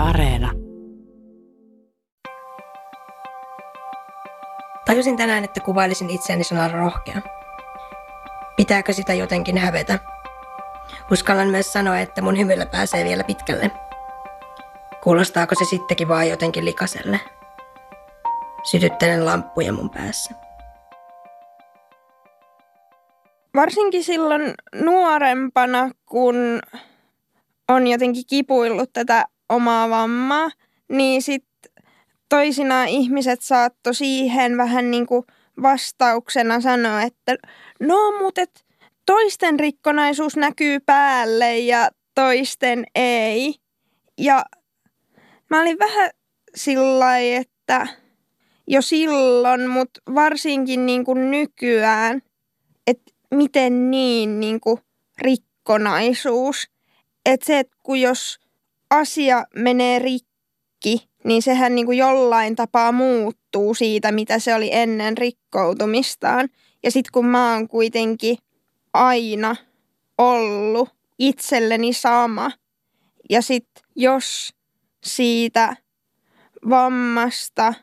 Areena. Tajusin tänään, että kuvailisin itseäni sanalla rohkea. Pitääkö sitä jotenkin hävetä? Uskallan myös sanoa, että mun hymyllä pääsee vielä pitkälle. Kuulostaako se sittenkin vaan jotenkin likaselle? Sytyttelen lamppuja mun päässä. Varsinkin silloin nuorempana, kun on jotenkin kipuillut tätä omaa vammaa, niin sitten toisinaan ihmiset saattoi siihen vähän niin kuin vastauksena sanoa, että no mutta toisten rikkonaisuus näkyy päälle ja toisten ei. Ja mä olin vähän sillai, että jo silloin, mutta varsinkin niin kuin nykyään, että miten niin kuin rikkonaisuus. Että se, että kun jos asia menee rikki, niin sehän niin kuin jollain tapaa muuttuu siitä, mitä se oli ennen rikkoutumistaan. Ja sitten kun mä oon kuitenkin aina ollut itselleni sama. Ja sitten jos siitä vammasta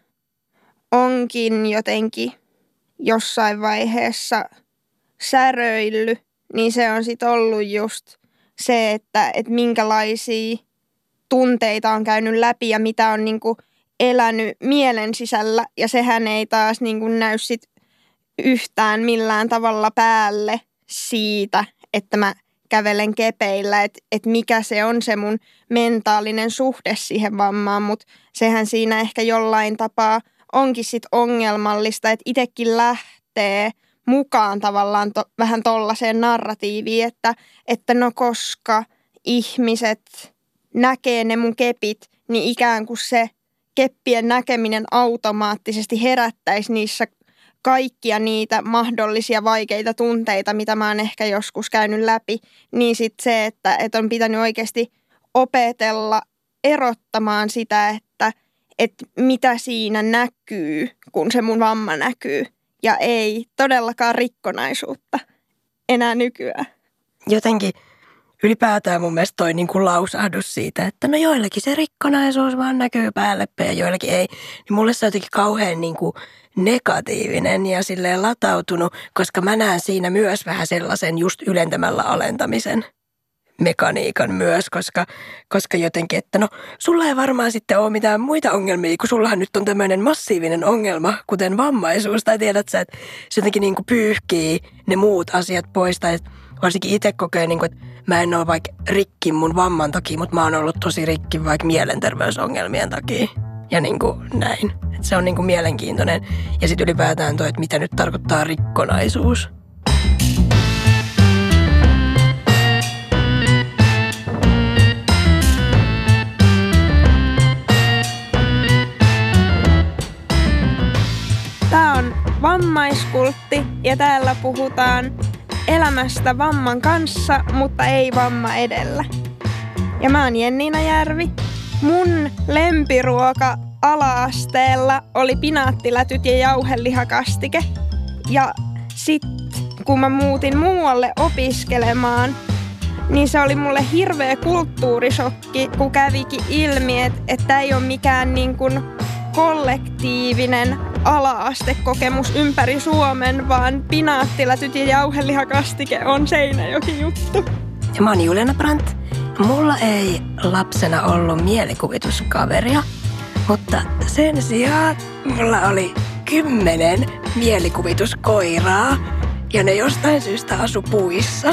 onkin jotenkin jossain vaiheessa säröillyt, niin se on sitten ollut just se, että minkälaisia tunteita on käynyt läpi ja mitä on niinku elänyt mielen sisällä. Ja sehän ei taas niinku näy sit yhtään millään tavalla päälle siitä, että mä kävelen kepeillä, että mikä se on se mun mentaalinen suhde siihen vammaan, mutta sehän siinä ehkä jollain tapaa onkin sit ongelmallista, että itsekin lähtee mukaan tavallaan vähän tollaiseen narratiiviin, että no koska ihmiset näkee ne mun kepit, niin ikään kuin se keppien näkeminen automaattisesti herättäisi niissä kaikkia niitä mahdollisia vaikeita tunteita, mitä mä oon ehkä joskus käynyt läpi, niin sitten se, että on pitänyt oikeasti opetella erottamaan sitä, että mitä siinä näkyy, kun se mun vamma näkyy. Ja ei todellakaan rikkonaisuutta enää nykyään. Jotenkin ylipäätään mun mielestä toi niinku lausahdus siitä, että no joillakin se rikkonaisuus vaan näkyy päällepäin ja joillakin ei. Niin mulle se on jotenkin kauhean niinku negatiivinen ja silleen latautunut, koska mä näen siinä myös vähän sellaisen just ylentämällä alentamisen mekaniikan myös, koska jotenkin, että no sulla ei varmaan sitten ole mitään muita ongelmia, kun sullahan nyt on tämmöinen massiivinen ongelma, kuten vammaisuus, tai tiedät sä, että se jotenkin niin kuin pyyhkii ne muut asiat pois, tai varsinkin itse kokee, niin kuin, että mä en ole vaikka rikki mun vamman takia, mutta mä oon ollut tosi rikki vaikka mielenterveysongelmien takia, ja niin kuin näin. Että se on niin kuin mielenkiintoinen, ja sitten ylipäätään toi, että mitä nyt tarkoittaa rikkonaisuus. Tämä on Vammaiskultti ja täällä puhutaan elämästä vamman kanssa, mutta ei vamma edellä. Ja mä oon Jenniina Järvi. Mun lempiruoka ala-asteella oli pinaattilätyt ja jauhelihakastike. Ja sit kun mä muutin muualle opiskelemaan, niin se oli mulle hirveä kulttuurisokki, kun kävikin ilmi, että ei ole mikään niin kuin kollektiivinen ala-astekokemus ympäri Suomen, vaan pinaattilätyt ja jauhelihakastike on Seinäjoki-juttu. Ja mä oon Juliana Brandt. Mulla ei lapsena ollut mielikuvituskaveria, mutta sen sijaan mulla oli 10 mielikuvituskoiraa ja ne jostain syystä asu puissa.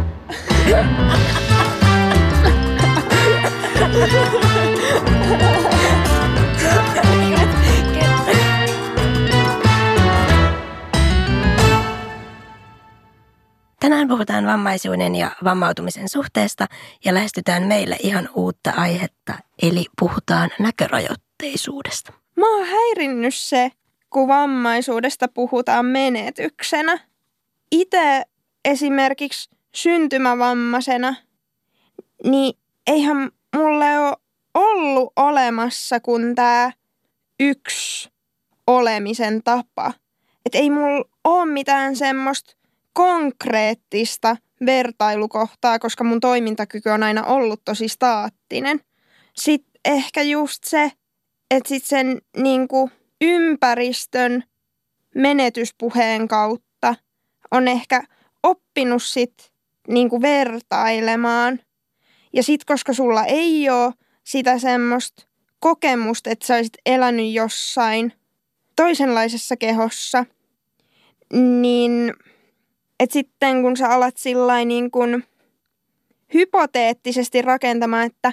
Tänään puhutaan vammaisuuden ja vammautumisen suhteesta ja lähestytään meille ihan uutta aihetta, eli puhutaan näkörajoitteisuudesta. Mä oon häirinnyt se, kun vammaisuudesta puhutaan menetyksenä. Itse esimerkiksi syntymävammaisena, niin eihän mulle ole ollut olemassa kuin tää yksi olemisen tapa. Että ei mulla ole mitään semmoista konkreettista vertailukohtaa, koska mun toimintakyky on aina ollut tosi staattinen. Sitten ehkä just se, että sit sen niinku ympäristön menetyspuheen kautta on ehkä oppinut sit niinku vertailemaan. Ja sit koska sulla ei ole sitä semmoista kokemusta, että sä olisit elänyt jossain toisenlaisessa kehossa, niin että sitten kun sä alat sillain niin kuin hypoteettisesti rakentamaan, että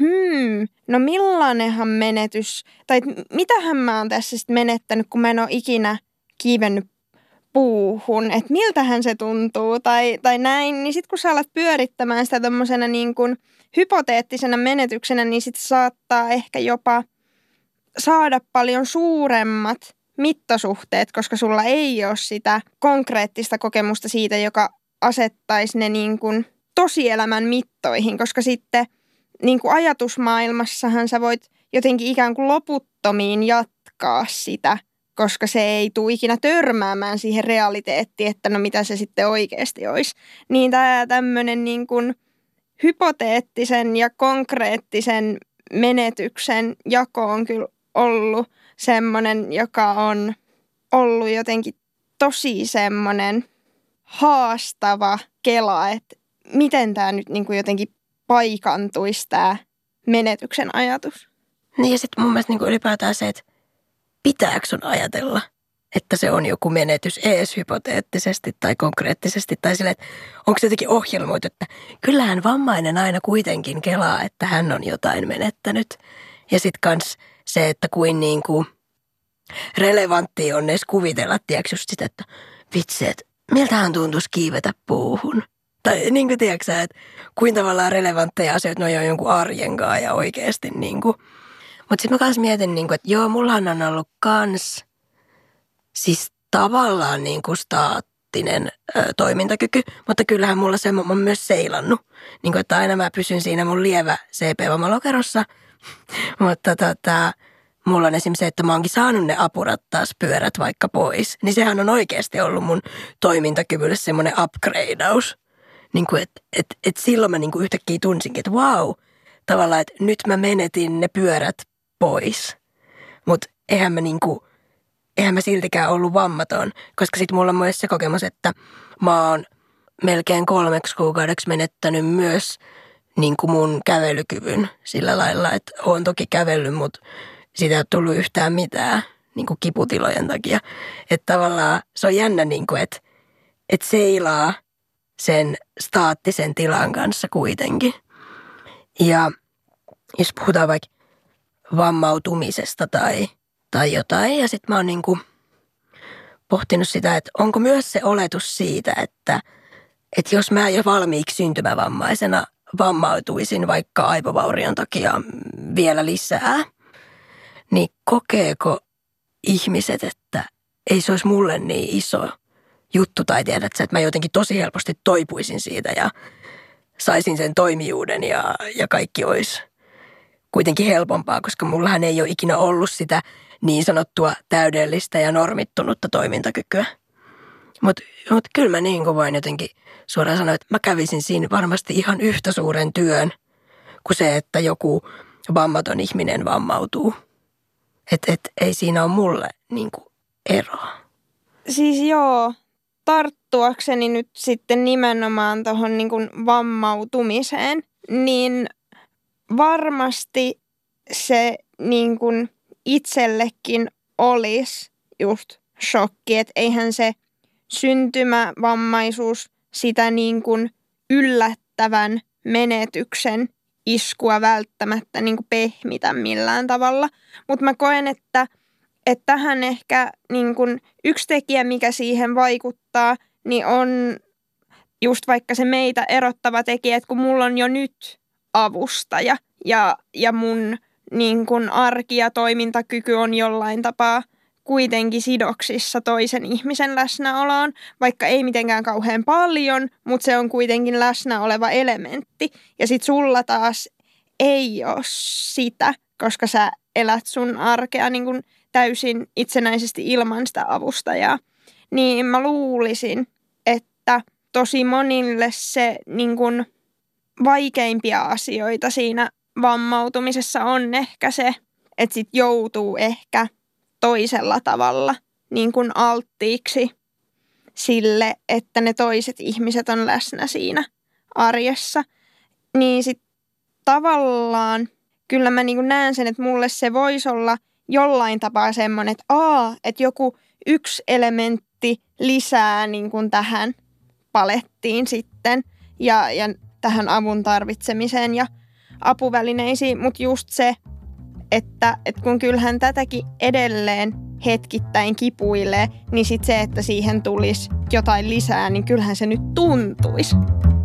no millainenhan menetys, tai mitähän mä oon tässä sitten menettänyt, kun mä en ole ikinä kiivennyt puuhun, että miltähän se tuntuu tai näin, niin sitten kun sä alat pyörittämään sitä tommosena niin kuin hypoteettisena menetyksenä, niin sitten saattaa ehkä jopa saada paljon suuremmat mittasuhteet, koska sulla ei ole sitä konkreettista kokemusta siitä, joka asettaisi ne niin kuin tosielämän mittoihin, koska sitten niin kuin ajatusmaailmassahan sä voit jotenkin ikään kuin loputtomiin jatkaa sitä, koska se ei tule ikinä törmäämään siihen realiteettiin, että no mitä se sitten oikeasti olisi. Niin tämä tämmöinen niin kuin hypoteettisen ja konkreettisen menetyksen jako on kyllä ollut semmoinen, joka on ollut jotenkin tosi semmoinen haastava kela, että miten tämä nyt niin kuin jotenkin paikantuisi tämä menetyksen ajatus. Niin ja sitten mun mielestä niin kuin ylipäätään se, että pitääkö sun ajatella, että se on joku menetys ees hypoteettisesti tai konkreettisesti tai silleen, että onko se jotenkin ohjelmoitu, että kyllähän vammainen aina kuitenkin kelaa, että hän on jotain menettänyt. Ja sitten kans se, että kuin niinku relevanttia on edes kuvitella, tiedätkö just sitä, että vitsi, että miltähän tuntuisi kiivetä puuhun. Tai niin kuin tiedätkö että kuin tavallaan relevantteja asioita ne on jo jonkun arjen kanssa ja oikeasti niinku. Mutta sitten mä kans mietin, niinku, että joo, mullahan on ollut kans siis tavallaan niinku staattinen toimintakyky, mutta kyllähän mulla se on myös seilannut. Niinku, että aina mä pysyn siinä mun lievä CP-vammalokerossa, mutta mulla on esimerkiksi se, että mä oonkin saanut ne apurattauspyörät vaikka pois, niin sehän on oikeasti ollut mun toimintakyvylle semmoinen upgradeaus. Niinku, että silloin mä niinku yhtäkkiä tunsinkin, että vau, tavallaan, että nyt mä menetin ne pyörät pois. Mutta eihän mä siltikään ollut vammaton, koska sit mulla on myös se kokemus, että mä oon melkein 3 kuukaudeksi menettänyt myös niinku mun kävelykyvyn sillä lailla, että oon toki kävellyt, mutta siitä ei ole tullut yhtään mitään niinku kiputilojen takia. Että tavallaan se on jännä, niinku, että seilaa sen staattisen tilan kanssa kuitenkin. Ja jos puhutaan vaikka vammautumisesta tai jotain, ja sitten mä oon niinku pohtinut sitä, että onko myös se oletus siitä, että jos mä jo valmiiksi syntymävammaisena vammautuisin vaikka aivovaurion takia vielä lisää, niin kokeeko ihmiset, että ei se olisi mulle niin iso juttu tai tiedät sä, että mä jotenkin tosi helposti toipuisin siitä ja saisin sen toimijuuden ja kaikki olisi kuitenkin helpompaa, koska mullahan ei ole ikinä ollut sitä niin sanottua täydellistä ja normittunutta toimintakykyä. Mutta kyllä mä niin kuin voin jotenkin suoraan sanoa, että mä kävisin siinä varmasti ihan yhtä suuren työn kuin se, että joku vammaton ihminen vammautuu. Et ei siinä ole mulle niin kuin eroa. Siis joo, tarttuakseni nyt sitten nimenomaan tuohon niin kuin vammautumiseen, niin varmasti se niin kuin itsellekin olisi just shokki, että eihän se syntymävammaisuus sitä niin kuin yllättävän menetyksen iskua välttämättä niin kuin pehmitä millään tavalla. Mutta mä koen, että tähän ehkä niin kuin yksi tekijä, mikä siihen vaikuttaa, niin on just vaikka se meitä erottava tekijä, että kun mulla on jo nyt avustaja ja mun niin kuin arki ja toimintakyky on jollain tapaa kuitenkin sidoksissa toisen ihmisen läsnäoloon, vaikka ei mitenkään kauhean paljon, mutta se on kuitenkin läsnä oleva elementti. Ja sit sulla taas ei ole sitä, koska sä elät sun arkea niin kuin täysin itsenäisesti ilman sitä avustajaa. Niin mä luulisin, että tosi monille se niin kuin vaikeimpia asioita siinä vammautumisessa on ehkä se, että sit joutuu ehkä toisella tavalla niin kuin alttiiksi sille, että ne toiset ihmiset on läsnä siinä arjessa. Niin sit tavallaan kyllä mä niin kuin näen sen, että mulle se voisi olla jollain tapaa semmoinen, että että joku yksi elementti lisää niin kuin tähän palettiin sitten ja tähän avun tarvitsemiseen ja apuvälineisiin, mutta just se, että kun kyllähän tätäkin edelleen hetkittäin kipuilee, niin sitten se, että siihen tulisi jotain lisää, niin kyllähän se nyt tuntuisi.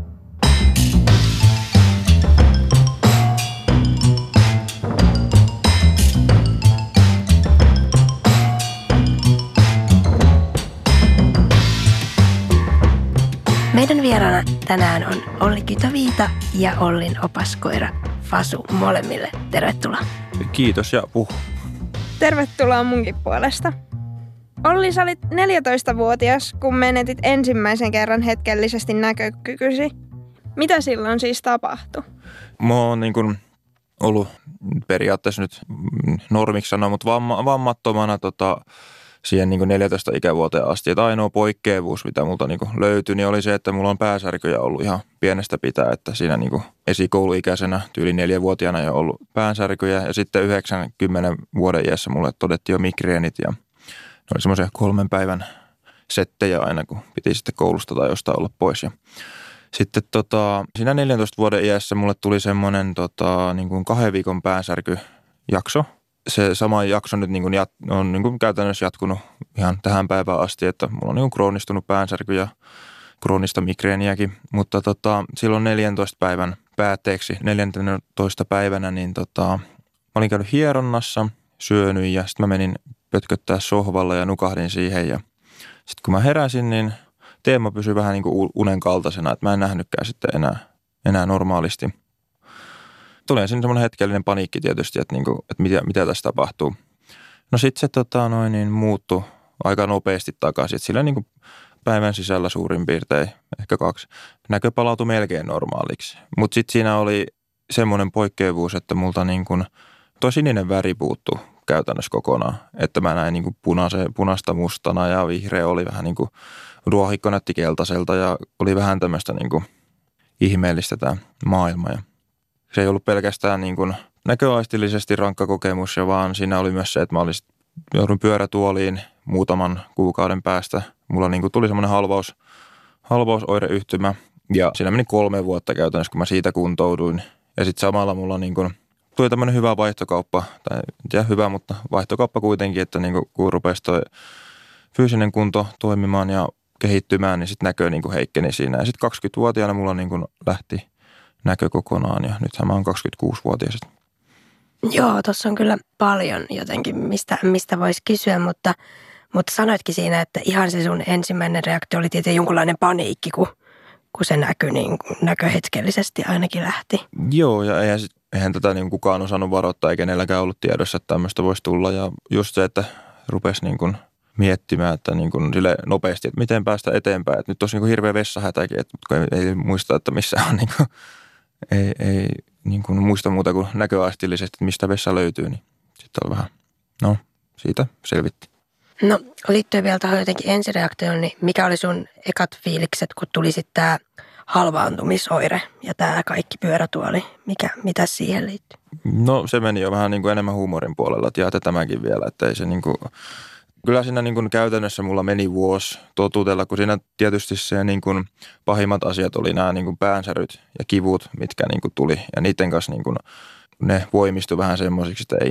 Meidän vieraana tänään on Olli Kytöviita ja Ollin opaskoira Fasu. Molemmille tervetuloa. Kiitos ja Tervetuloa munkin puolesta. Olli, sä olit 14-vuotias, kun menetit ensimmäisen kerran hetkellisesti näkökykysi. Mitä silloin siis tapahtui? Mä oon niin kuin ollut periaatteessa nyt normiksi sanoa, mutta vammattomana siihen niin kuin 14 ikävuoteen asti. Että ainoa poikkeavuus, mitä multa niin kuin löytyi, niin oli se, että mulla on päänsärkyjä ollut ihan pienestä pitää. Että siinä niin kuin esikouluikäisenä, yli 4-vuotiaana jo ollut päänsärkyjä. Ja sitten 90 vuoden iässä mulle todettiin jo migreenit. Ja ne oli semmoisia 3 päivän settejä aina, kun piti sitten koulusta tai jostain olla pois. Ja sitten siinä 14 vuoden iässä mulle tuli semmoinen niin kuin 2 viikon päänsärkyjakso. Se sama jakso nyt niin kuin on niin kuin käytännössä jatkunut ihan tähän päivään asti, että mulla on niin kuin kroonistunut päänsärky ja kroonista migreeniäkin. Mutta silloin 14 päivän päätteeksi, 14 päivänä, niin mä olin käynyt hieronnassa, syönyt ja sitten mä menin pötköttää sohvalla ja nukahdin siihen. Ja sitten kun mä heräsin, niin teema pysyi vähän niin kuin unen kaltaisena, että mä en nähnytkään sitten enää normaalisti. Tuli ensin semmoinen hetkellinen paniikki tietysti, että mitä tässä tapahtuu. No sitten se muuttui aika nopeasti takaisin. Että sillä niin kuin päivän sisällä suurin piirtein, ehkä 2, näkö palautui melkein normaaliksi. Mutta sitten siinä oli semmoinen poikkeavuus, että multa niin kuin toi sininen väri puuttui käytännössä kokonaan. Että mä näin niin kuin punaista mustana ja vihreä oli vähän niin kuin ruohikko näytti keltaiselta ja oli vähän tämmöistä niin kuin ihmeellistä tämä maailma. Ja se ei ollut pelkästään niin kuin näköaistillisesti rankka kokemus, vaan siinä oli myös se, että mä joudun pyörätuoliin muutaman kuukauden päästä. Mulla niin kuin tuli semmoinen halvausoireyhtymä ja siinä meni 3 vuotta käytännössä, kun mä siitä kuntouduin. Ja sitten samalla mulla niin kuin tuli tämmöinen hyvä vaihtokauppa, tai en tiedä hyvä, mutta vaihtokauppa kuitenkin, että niin kuin kun rupesi toi fyysinen kunto toimimaan ja kehittymään, niin sitten näkö niin kuin heikkeni siinä. Ja sitten 20-vuotiaana mulla niin kuin lähti näkö kokonaan ja nythän mä oon 26-vuotias. Joo, tuossa on kyllä paljon jotenkin, mistä voisi kysyä, mutta sanoitkin siinä, että ihan se sun ensimmäinen reaktio oli tietenkin jonkunlainen paniikki, kun se näkö hetkellisesti ainakin lähti. Joo, ja eihän tätä niin kukaan osannut varoittaa, eikä kenelläkään ollut tiedossa, että tämmöistä voisi tulla. Ja just se, että rupesi niin kuin miettimään, että niin kuin sille nopeasti, että miten päästä eteenpäin. Että nyt olisi niin kuin hirveä vessahätäkin, että ei muista, että missä on niin kuin ei niin kuin muista muuta kuin näköaistillisesti, että mistä vessa löytyy, niin sitten on vähän, siitä selvitti. No liittyen vielä tähän jotenkin ensireaktioon, niin mikä oli sun ekat fiilikset, kun tuli sitten tämä halvaantumisoire ja tämä kaikki pyörätuoli, mitä siihen liittyy? No se meni jo vähän niin kuin enemmän huumorin puolella, että jäätä tämäkin vielä, että ei se niin kuin kyllä siinä niin kuin käytännössä mulla meni vuosi totutella, kun siinä tietysti se niin kuin pahimmat asiat oli nämä niin kuin päänsäryt ja kivut, mitkä niin kuin tuli. Ja niiden kanssa niin kuin ne voimistui vähän semmoisiksi, että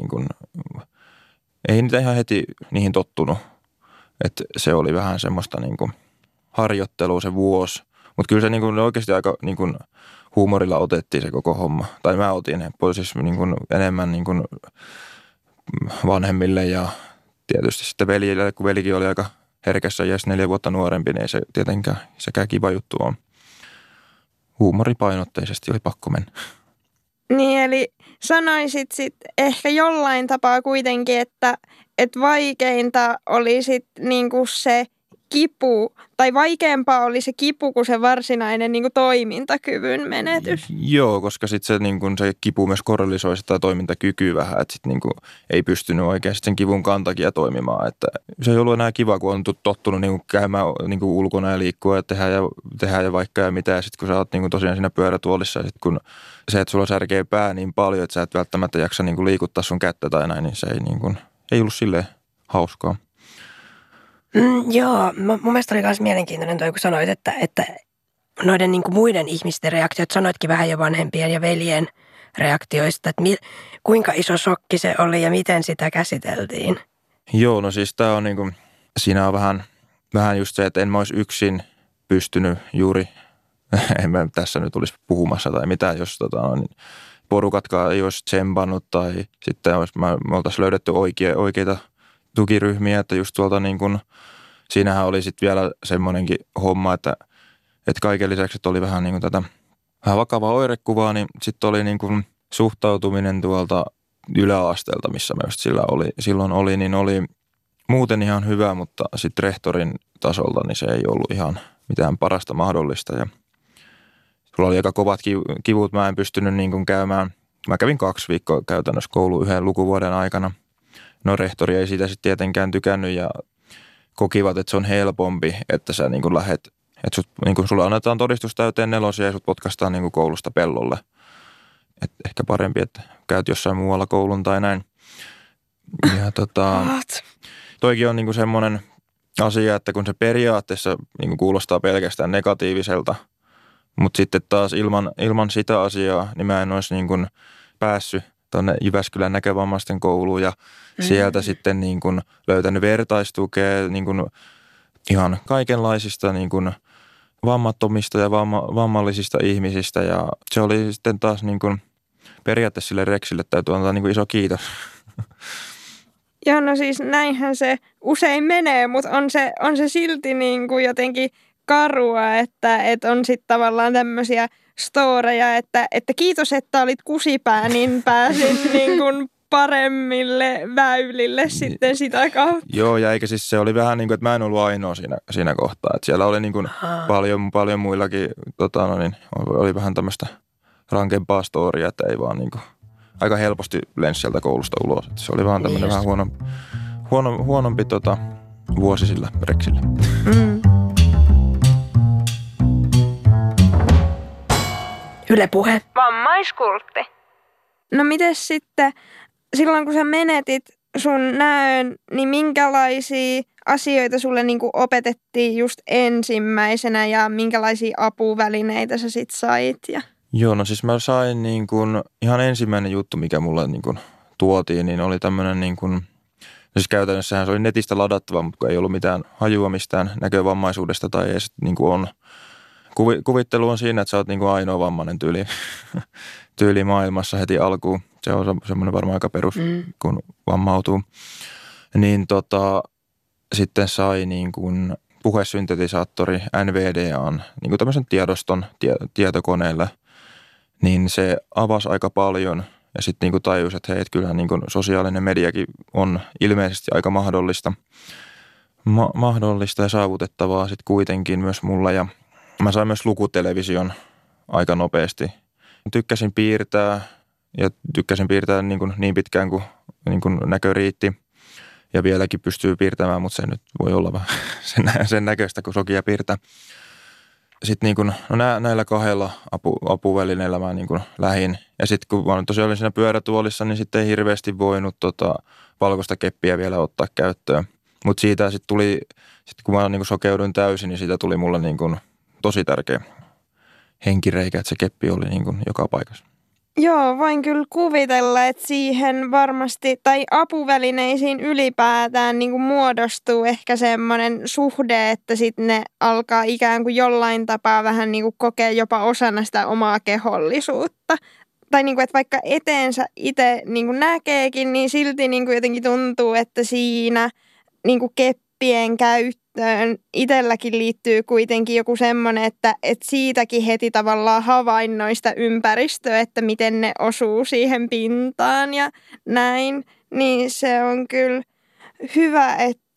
ei niitä ihan heti niihin tottunut. Että se oli vähän semmoista niin kuin harjoittelua se vuosi. Mutta kyllä se niin kuin oikeasti aika niin kuin huumorilla otettiin se koko homma. Tai mä otin siis niin kuin enemmän niin kuin vanhemmille ja tietysti sitten veljille, kun velikin oli aika herkässä iässä 4 vuotta nuorempi, niin ei se tietenkään sekään kiva juttu on. Huumoripainotteisesti oli pakko mennä. Niin, eli sanoisit sitten ehkä jollain tapaa kuitenkin, että vaikeinta oli sitten niinku se kipu, tai vaikeampaa oli se kipu kuin se varsinainen niin kuin toimintakyvyn menetys. Joo, koska sitten se, niin kun se kipu myös korrelisoi sitä toimintakykyä vähän, että sitten niin kun ei pystynyt oikeasti sen kivun takia toimimaan. Että se ei ollut enää kiva, kun on tottunut niin kun käymään niin kun ulkona ja liikkua ja tehdä ja vaikka ja mitä. Ja sitten kun sä oot niin kun tosiaan siinä pyörätuolissa ja sitten kun se, että sulla särkee pää niin paljon, että sä et välttämättä jaksa niin kun liikuttaa sun kättä tai näin, niin se ei ollut silleen hauskaa. Joo, mun mielestä oli myös mielenkiintoinen toi, kun sanoit, että noiden niin kuin muiden ihmisten reaktiot, sanoitkin vähän jo vanhempien ja veljen reaktioista, että kuinka iso shokki se oli ja miten sitä käsiteltiin. Joo, no siis tää on niin kuin, siinä on vähän just se, että en mä olisi yksin pystynyt juuri, en mä tässä nyt olisi puhumassa tai mitään, jos niin porukatkaan ei olisi tsempannut tai sitten me oltaisiin löydetty oikeita tukiryhmiä, että just tuolta niin kuin, siinähän oli sitten vielä semmoinenkin homma, että kaiken lisäksi että oli vähän niin kuin tätä vähän vakavaa oirekuvaa, niin sitten oli niin kuin suhtautuminen tuolta yläasteelta, missä mä just silloin oli, niin oli muuten ihan hyvä, mutta sitten rehtorin tasolta niin se ei ollut ihan mitään parasta mahdollista ja sulla oli aika kovat kivut, mä en pystynyt niin kuin käymään, mä kävin 2 viikkoa käytännössä koulu yhden lukuvuoden aikana. No rehtori ei siitä sitten tietenkään tykännyt ja kokivat, että se on helpompi, että sä niin kuin lähet, että niin sulle annetaan todistus täyteen 4 ja sut potkaistaan niin kuin koulusta pellolle. Et ehkä parempi, että käyt jossain muualla koulun tai näin. Ja toikin on niin kuin semmoinen asia, että kun se periaatteessa niin kuin kuulostaa pelkästään negatiiviselta, mutta sitten taas ilman sitä asiaa, niin mä en olisi niin kuin päässyt tuonne Jyväskylän näkövammaisten kouluun ja sieltä sitten niin kuin löytänyt vertaistukea niin kuin ihan kaikenlaisista niin kuin vammattomista ja vammallisista ihmisistä ja se oli sitten taas niin kuin periaatteessa sille Rexille täytyy antaa niin kuin iso kiitos. Joo, no siis näinhän se usein menee, mutta on se silti niin kuin jotenkin karua, että on sitten tavallaan tämmöisiä storeja, että kiitos, että olit kusipää, niin pääsin niin kuin paremmille väylille sitten sitä kautta. Joo, ja eikä siis se oli vähän niin kuin, että mä en ollut ainoa siinä kohtaa. Että siellä oli niin kuin paljon muillakin, oli vähän tämmöistä rankempaa storia, että ei vaan niin kuin, aika helposti lensi sieltä koulusta ulos. Että se oli vaan tämmöinen vähän huonompi vuosi sillä Rexillä. Yle Puhe. Vammaiskultti. No mites sitten, silloin kun sä menetit sun näön, niin minkälaisia asioita sulle niinku opetettiin just ensimmäisenä ja minkälaisia apuvälineitä sä sit sait? Joo, no siis mä sain niin kuin, ihan ensimmäinen juttu, mikä mulle niin kuin tuotiin, niin oli tämmöinen niin kuin, siis käytännössähän se oli netistä ladattava, mutta ei ollut mitään hajua mistään näkövammaisuudesta tai ei niin kuin on. Kuvittelu on siinä, että sä oot niin kuin ainoa vammainen tyyli maailmassa heti alkuun. Se on semmoinen varmaan aika perus, kun vammautuu. Niin sitten sai niin kuin puhesyntetisaattori NVDAn, niin kuin tämmöisen tiedoston tietokoneelle. Niin se avasi aika paljon ja sitten niin kuin tajusi, että hei, kyllähän niin kuin sosiaalinen mediakin on ilmeisesti aika mahdollista ja saavutettavaa sitten kuitenkin myös mulla. Ja mä sain myös lukutelevision aika nopeasti. Tykkäsin piirtää ja tykkäsin piirtää niin pitkään kuin, näkö riitti. Ja vieläkin pystyy piirtämään, mutta se nyt voi olla vähän sen näköistä, kun sokia piirtää. Sitten näillä 2 apuvälineillä mä lähdin. Ja sitten kun mä tosiaan olin siinä pyörätuolissa, niin sitten ei hirveästi voinut valkoista keppiä vielä ottaa käyttöön. Mutta siitä sitten tuli, kun mä sokeuduin täysin, niin siitä tuli mulle tosi tärkeä henkireikä, että se keppi oli joka paikassa. Joo, voin kyllä kuvitella, että siihen varmasti, tai apuvälineisiin ylipäätään muodostuu ehkä semmoinen suhde, että sitten ne alkaa ikään kuin jollain tapaa vähän kokea jopa osana sitä omaa kehollisuutta. Tai että vaikka eteensä itse näkeekin, niin silti jotenkin tuntuu, että siinä keppien käyttö itselläkin liittyy kuitenkin joku semmoinen, että siitäkin heti tavallaan havainnoista ympäristöä, että miten ne osuu siihen pintaan ja näin. Niin se on kyllä hyvä, että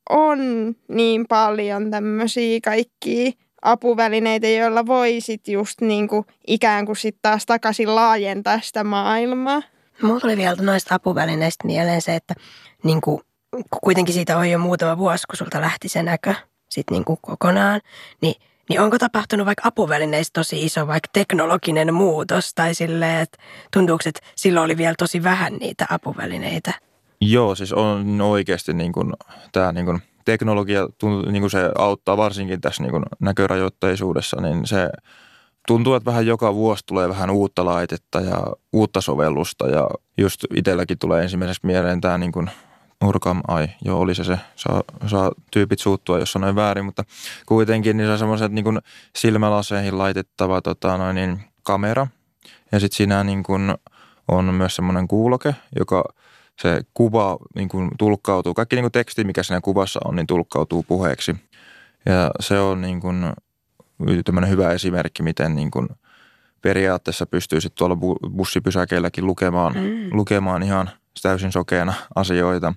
on niin paljon tämmöisiä kaikkia apuvälineitä, joilla voisit just niinku ikään kuin sit taas takaisin laajentaa sitä maailmaa. Mulla tuli vielä noista apuvälineistä mieleen se, että niinku, kuitenkin siitä on jo muutama vuosi, kun sulta lähti se näkö sit niinku kokonaan, niin onko tapahtunut vaikka apuvälineistä tosi iso vaikka teknologinen muutos tai silleen, että tuntuuko, että silloin oli vielä tosi vähän niitä apuvälineitä? Joo, siis on oikeasti niin kuin, tämä niin kuin teknologia, niin kuin se auttaa varsinkin tässä niin kuin näkörajoitteisuudessa, niin se tuntuu, että vähän joka vuosi tulee vähän uutta laitetta ja uutta sovellusta ja just itselläkin tulee ensimmäiseksi mieleen tämä niin kuin Urcam, oli se saa tyypit suuttua, jos sanoin väärin, mutta kuitenkin niin se on semmoiset niin kuin silmälaseihin laitettava kamera ja sitten siinä niin kuin on myös semmoinen kuuloke, joka se kuva niin kuin tulkkautuu, kaikki niin kuin teksti, mikä siinä kuvassa on, niin tulkkautuu puheeksi. Ja se on niin kuin tämmöinen hyvä esimerkki, miten niin kuin periaatteessa pystyy sitten tuolla bussipysäkeilläkin lukemaan ihan täysin sokeana asioita.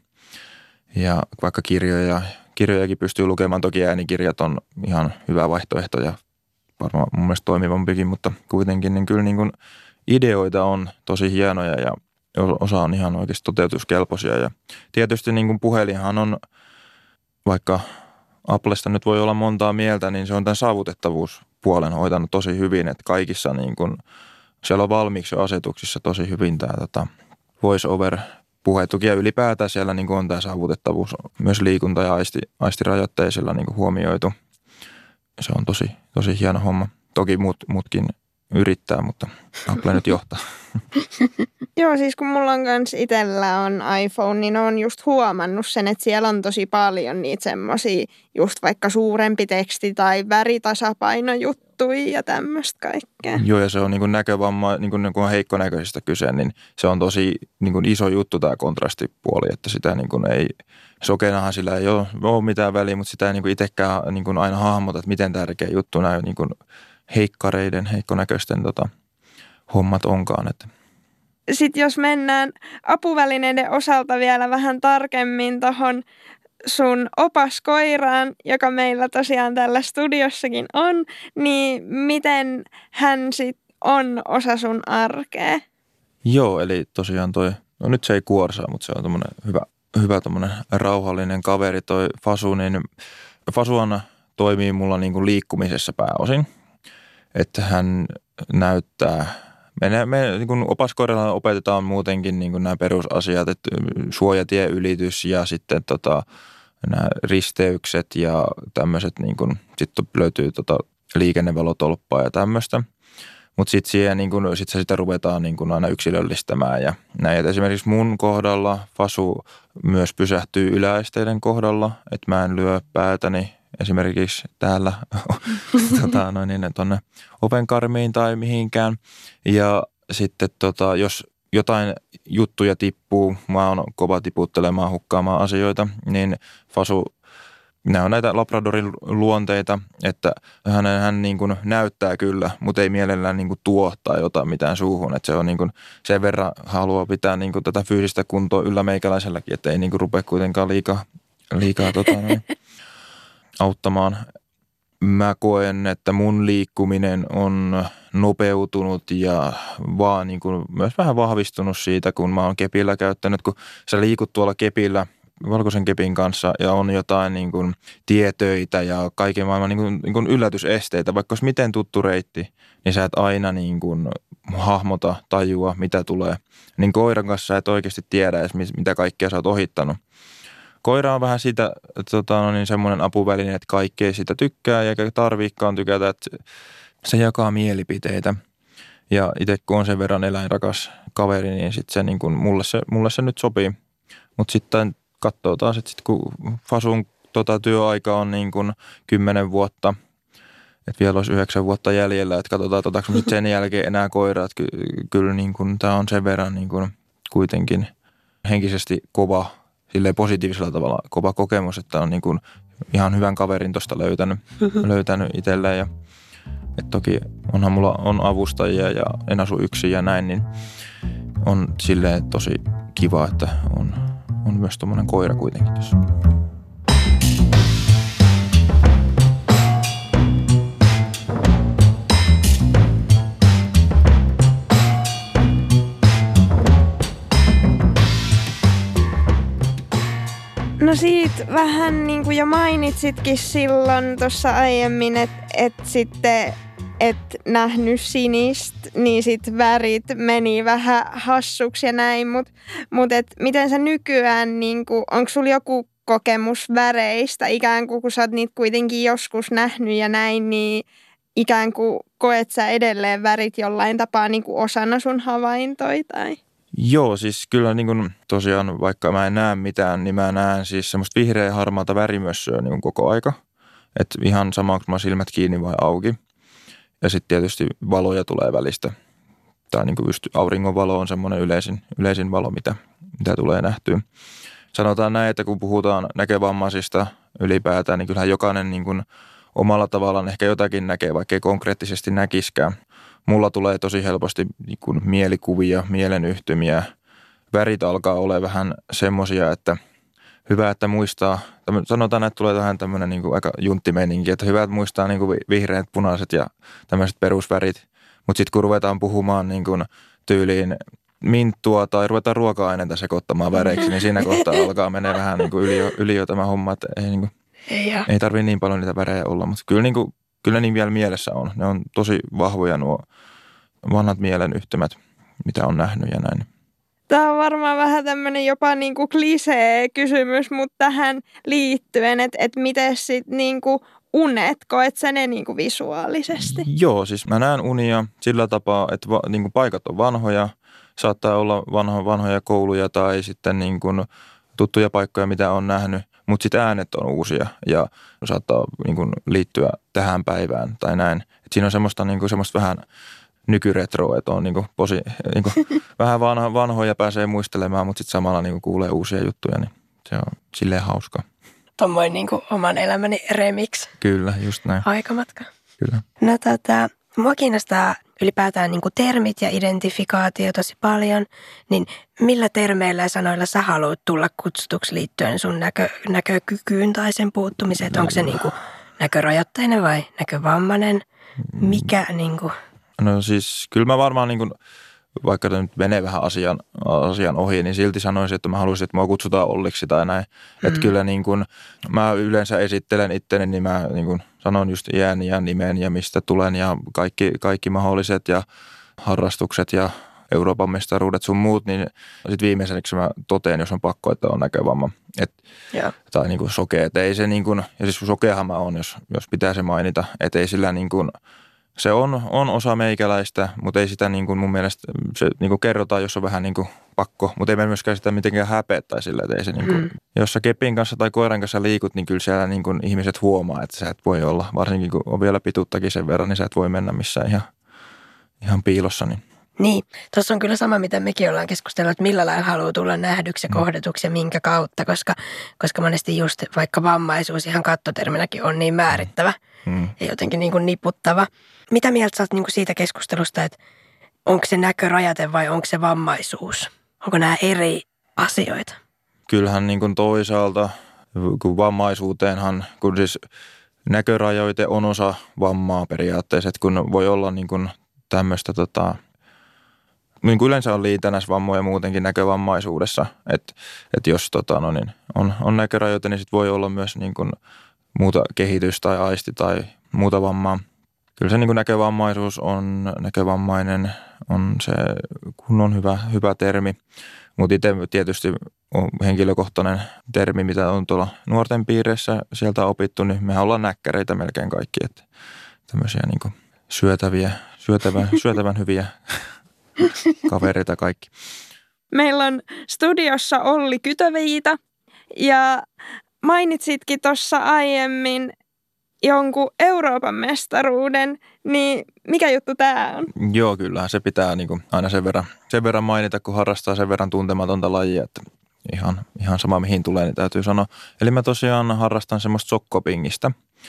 Ja vaikka kirjojakin pystyy lukemaan, toki äänikirjat on ihan hyvä vaihtoehto ja varmaan mun mielestä toimivampikin, mutta kuitenkin niin kyllä niin kuin ideoita on tosi hienoja ja osa on ihan oikeasti toteutuskelpoisia. Ja tietysti niin kuin puhelinhan on, vaikka Applesta nyt voi olla montaa mieltä, niin se on tämän saavutettavuuspuolen hoitanut tosi hyvin, että kaikissa niin kuin, siellä on valmiiksi jo asetuksissa tosi hyvin tämä voice over puhetuki ja ylipäätään siellä niin kuin on tämä saavutettavuus myös liikunta- ja aistirajoitteisilla niin kuin huomioitu. Se on tosi hieno homma. Toki muutkin yrittää, mutta Apple nyt johtaa. Joo, siis kun mulla on kans itsellä on iPhone, niin on just huomannut sen, että siellä on tosi paljon niitä semmosia just vaikka suurempi teksti tai väritasapainojuttuja ja tämmöistä kaikkea. Joo, ja se on niin kuin näkövamma, niin kuin on heikkonäköisistä kyse, niin se on tosi niin kuin iso juttu tämä kontrastipuoli, että sitä niin kuin ei, sokenahan sillä ei ole mitään väliä, mutta sitä ei niin kuin itsekään niin kuin aina hahmota, että miten tärkeä juttu nämä niin kuin heikkonäköisten hommat onkaan. Että. Sitten jos mennään apuvälineiden osalta vielä vähän tarkemmin tuohon sun opaskoiraan, joka meillä tosiaan tällä studiossakin on, niin miten hän sitten on osa sun arkea? Joo, eli tosiaan nyt se ei kuorsaa, mutta se on tommonen hyvä tommonen rauhallinen kaveri toi Fasu, niin Fasuhan toimii mulla niin kuin liikkumisessa pääosin. Että hän näyttää, me niin kuin opaskoiralla opetetaan muutenkin niin kuin nämä perusasiat, että suojatieylitys ja sitten nämä risteykset ja tämmöiset, niin kuin, sitten löytyy liikennevalotolppaa ja tämmöistä. Mutta sitten siihen niin kun, sitä ruvetaan niin kun aina yksilöllistämään ja näin. Et esimerkiksi mun kohdalla Fasu myös pysähtyy yläesteiden kohdalla, että mä en lyö päätäni esimerkiksi täällä tuonne ovenkarmiin tai mihinkään. Ja sitten jos jotain juttuja tippuu, mä oon kova tiputtelemaan, hukkaamaan asioita, niin Fasu, nämä on näitä Labradorin luonteita, että hän niin kuin näyttää kyllä, mutta ei mielellään niin kuin tuo tai ota mitään suuhun. Että se on niin kuin sen verran haluaa pitää niin kuin tätä fyysistä kuntoa yllä meikäläiselläkin, että ei niin kuin rupea kuitenkaan liikaa auttamaan. Mä koen, että mun liikkuminen on nopeutunut ja vaan niin kuin myös vähän vahvistunut siitä, kun mä oon kepillä käyttänyt, kun sä liikut tuolla kepillä valkoisen kepin kanssa ja on jotain niin kuin tietöitä ja kaiken maailman niin kuin yllätysesteitä. Vaikka olisi miten tuttu reitti, niin sä et aina niin kuin hahmota, tajua, mitä tulee. Niin koiran kanssa sä et oikeasti tiedä edes, mitä kaikkea sä oot ohittanut. Koira on vähän sitä, semmoinen apuväline, että kaikki ei sitä tykkää eikä tarviikaan tykätä, että se jakaa mielipiteitä. Ja itse kun on sen verran eläinrakas kaveri, niin sitten se niin kuin mulle se nyt sopii. Mutta sitten katsoo taas, että sit kun Fasun työaika on niin kuin 10 vuotta, että vielä olisi 9 vuotta jäljellä, että katsotaan otetaanko nyt sen jälkeen enää koiraa. Kyllä niin kuin, tämä on sen verran niin kuin kuitenkin henkisesti kova, silleen positiivisella tavalla kova kokemus, että on niin kuin ihan hyvän kaverin tuosta löytänyt itselleen. Ja, että toki onhan mulla on avustajia ja en asu yksin ja näin, niin on silleen tosi kiva, että on myös tommoinen koira kuitenkin tässä. No siitä vähän niin kuin jo mainitsitkin silloin tuossa aiemmin, että sitten et nähnyt sinistä, niin sit värit meni vähän hassuksi ja näin, mutta miten sä nykyään, niin onko sulla joku kokemus väreistä, ikään kuin kun sä oot niitä kuitenkin joskus nähnyt ja näin, niin ikään kuin koet sä edelleen värit jollain tapaa niin kuin osana sun havaintoja tai? Joo, siis kyllä niin kuin tosiaan vaikka mä en näe mitään, niin mä näen siis semmoista vihreä harmaata värimössöä niin kuin koko aika. Että ihan sama, onko mä silmät kiinni vai auki. Ja sitten tietysti valoja tulee välistä. Tai niin kuin just auringonvalo on semmoinen yleisin valo, mitä tulee nähtyä. Sanotaan näin, että kun puhutaan näkövammaisista ylipäätään, niin kyllähän jokainen niin kuin omalla tavallaan ehkä jotakin näkee, vaikka ei konkreettisesti näkiskään. Mulla tulee tosi helposti niin kuin mielikuvia, mielenyhtymiä. Värit alkaa olla vähän semmoisia, että hyvä, että muistaa. Sanotaan, että tulee tähän tämmöinen niin kuin aika junttimeininki, että hyvä, että muistaa niin kuin vihreät, punaiset ja tämmöiset perusvärit. Mutta sitten kun ruvetaan puhumaan niin kuin tyyliin minttua tai ruvetaan ruoka-aineita sekoittamaan väreiksi, niin siinä kohtaa alkaa menee vähän niin kuin yli jo tämä homma, että ei tarvitse niin paljon niitä värejä olla. Mutta kyllä niin vielä mielessä on. Ne on tosi vahvoja nuo vanhat mielenyhtymät, mitä on nähnyt ja näin. Tämä on varmaan vähän tämmöinen jopa niinku klisee kysymys, mutta tähän liittyen, että miten sitten niinku unet, koet sä ne niinku visuaalisesti? Joo, siis mä näen unia sillä tapaa, että niinku paikat on vanhoja, saattaa olla vanhoja kouluja tai sitten niinku tuttuja paikkoja, mitä on nähnyt, mutta sitten äänet on uusia ja saattaa niinku liittyä tähän päivään tai näin. Et siinä on semmoista vähän nykyretroa, että on niinku vähän vanhoja pääsee muistelemaan, mutta sitten samalla niinku kuulee uusia juttuja, niin se on silleen hauska. Tommoin niinku oman elämäni remix. Kyllä, just näin. Aikamatka. Kyllä. No mua kiinnostaa ylipäätään niinku termit ja identifikaatio tosi paljon, niin millä termeillä ja sanoilla sä haluat tulla kutsutuksi liittyen sun näkökykyyn tai sen puuttumiseen? Onko se niinku näkörajoitteinen vai näkövammainen? Mikä niinku? No siis kyllä mä varmaan niin kuin, vaikka nyt menee vähän asian ohi, niin silti sanoisin, että mä haluaisin, että mua kutsutaan Olliksi tai näin. Että kyllä niin kuin, mä yleensä esittelen itteni, niin mä niin kuin sanon just iän ja nimen ja mistä tulen ja kaikki mahdolliset ja harrastukset ja Euroopan mestaruudet sun muut, niin sitten viimeiseksi mä toteen, jos on pakko, että on näkövamma. Tai niin kuin sokea, että ei se niin kuin, ja siis sokeahan mä oon, jos pitää se mainita, että ei sillä niin kuin, se on osa meikäläistä, mutta ei sitä niin kuin mun mielestä, se niin kuin kerrotaan, jos on vähän niin kuin pakko, mutta ei me myöskään sitä mitenkään häpeä tai sillä, että ei se niin kuin, jos sä kepin kanssa tai koiran kanssa liikut, niin kyllä siellä niin kuin ihmiset huomaa, että sä et voi olla, varsinkin kun on vielä pituuttakin sen verran, niin sä et voi mennä missään ihan piilossa. Niin, tuossa on kyllä sama, mitä mekin ollaan keskustellut, että millä lailla haluaa tulla nähdyksi ja kohdatuksi ja minkä kautta, koska monesti just vaikka vammaisuus ihan kattoterminäkin on niin määrittävä ja jotenkin niin kuin niputtava. Mitä mieltä sä oot niin kuin siitä keskustelusta, että onko se näkörajate vai onko se vammaisuus? Onko nämä eri asioita? Kyllähän niin kuin toisaalta, kun vammaisuuteenhan, kun siis näkörajoite on osa vammaa periaatteessa, että kun voi olla niin kuin tämmöistä niin kuin yleensä on liitännäisvammoja muutenkin näkövammaisuudessa, että jos on näkörajoite, niin sit voi olla myös niin kuin muuta kehitys tai aisti tai muuta vammaa. Kyllä se niin kuin näkövammaisuus on, näkövammainen on se kunnon hyvä termi, mutta itse tietysti on henkilökohtainen termi, mitä on tuolla nuorten piireissä sieltä opittu, niin mehän ollaan näkkäreitä melkein kaikki, että tämmöisiä niin kuin syötävän hyviä kavereita kaikki. Meillä on studiossa Olli Kytöviita ja mainitsitkin tuossa aiemmin jonkun Euroopan mestaruuden, niin mikä juttu tämä on? Joo, kyllähän se pitää niin kuin aina sen verran mainita, kun harrastaa sen verran tuntematonta lajia, että ihan sama mihin tulee, niin täytyy sanoa. Eli mä tosiaan harrastan semmoista sokkopingistä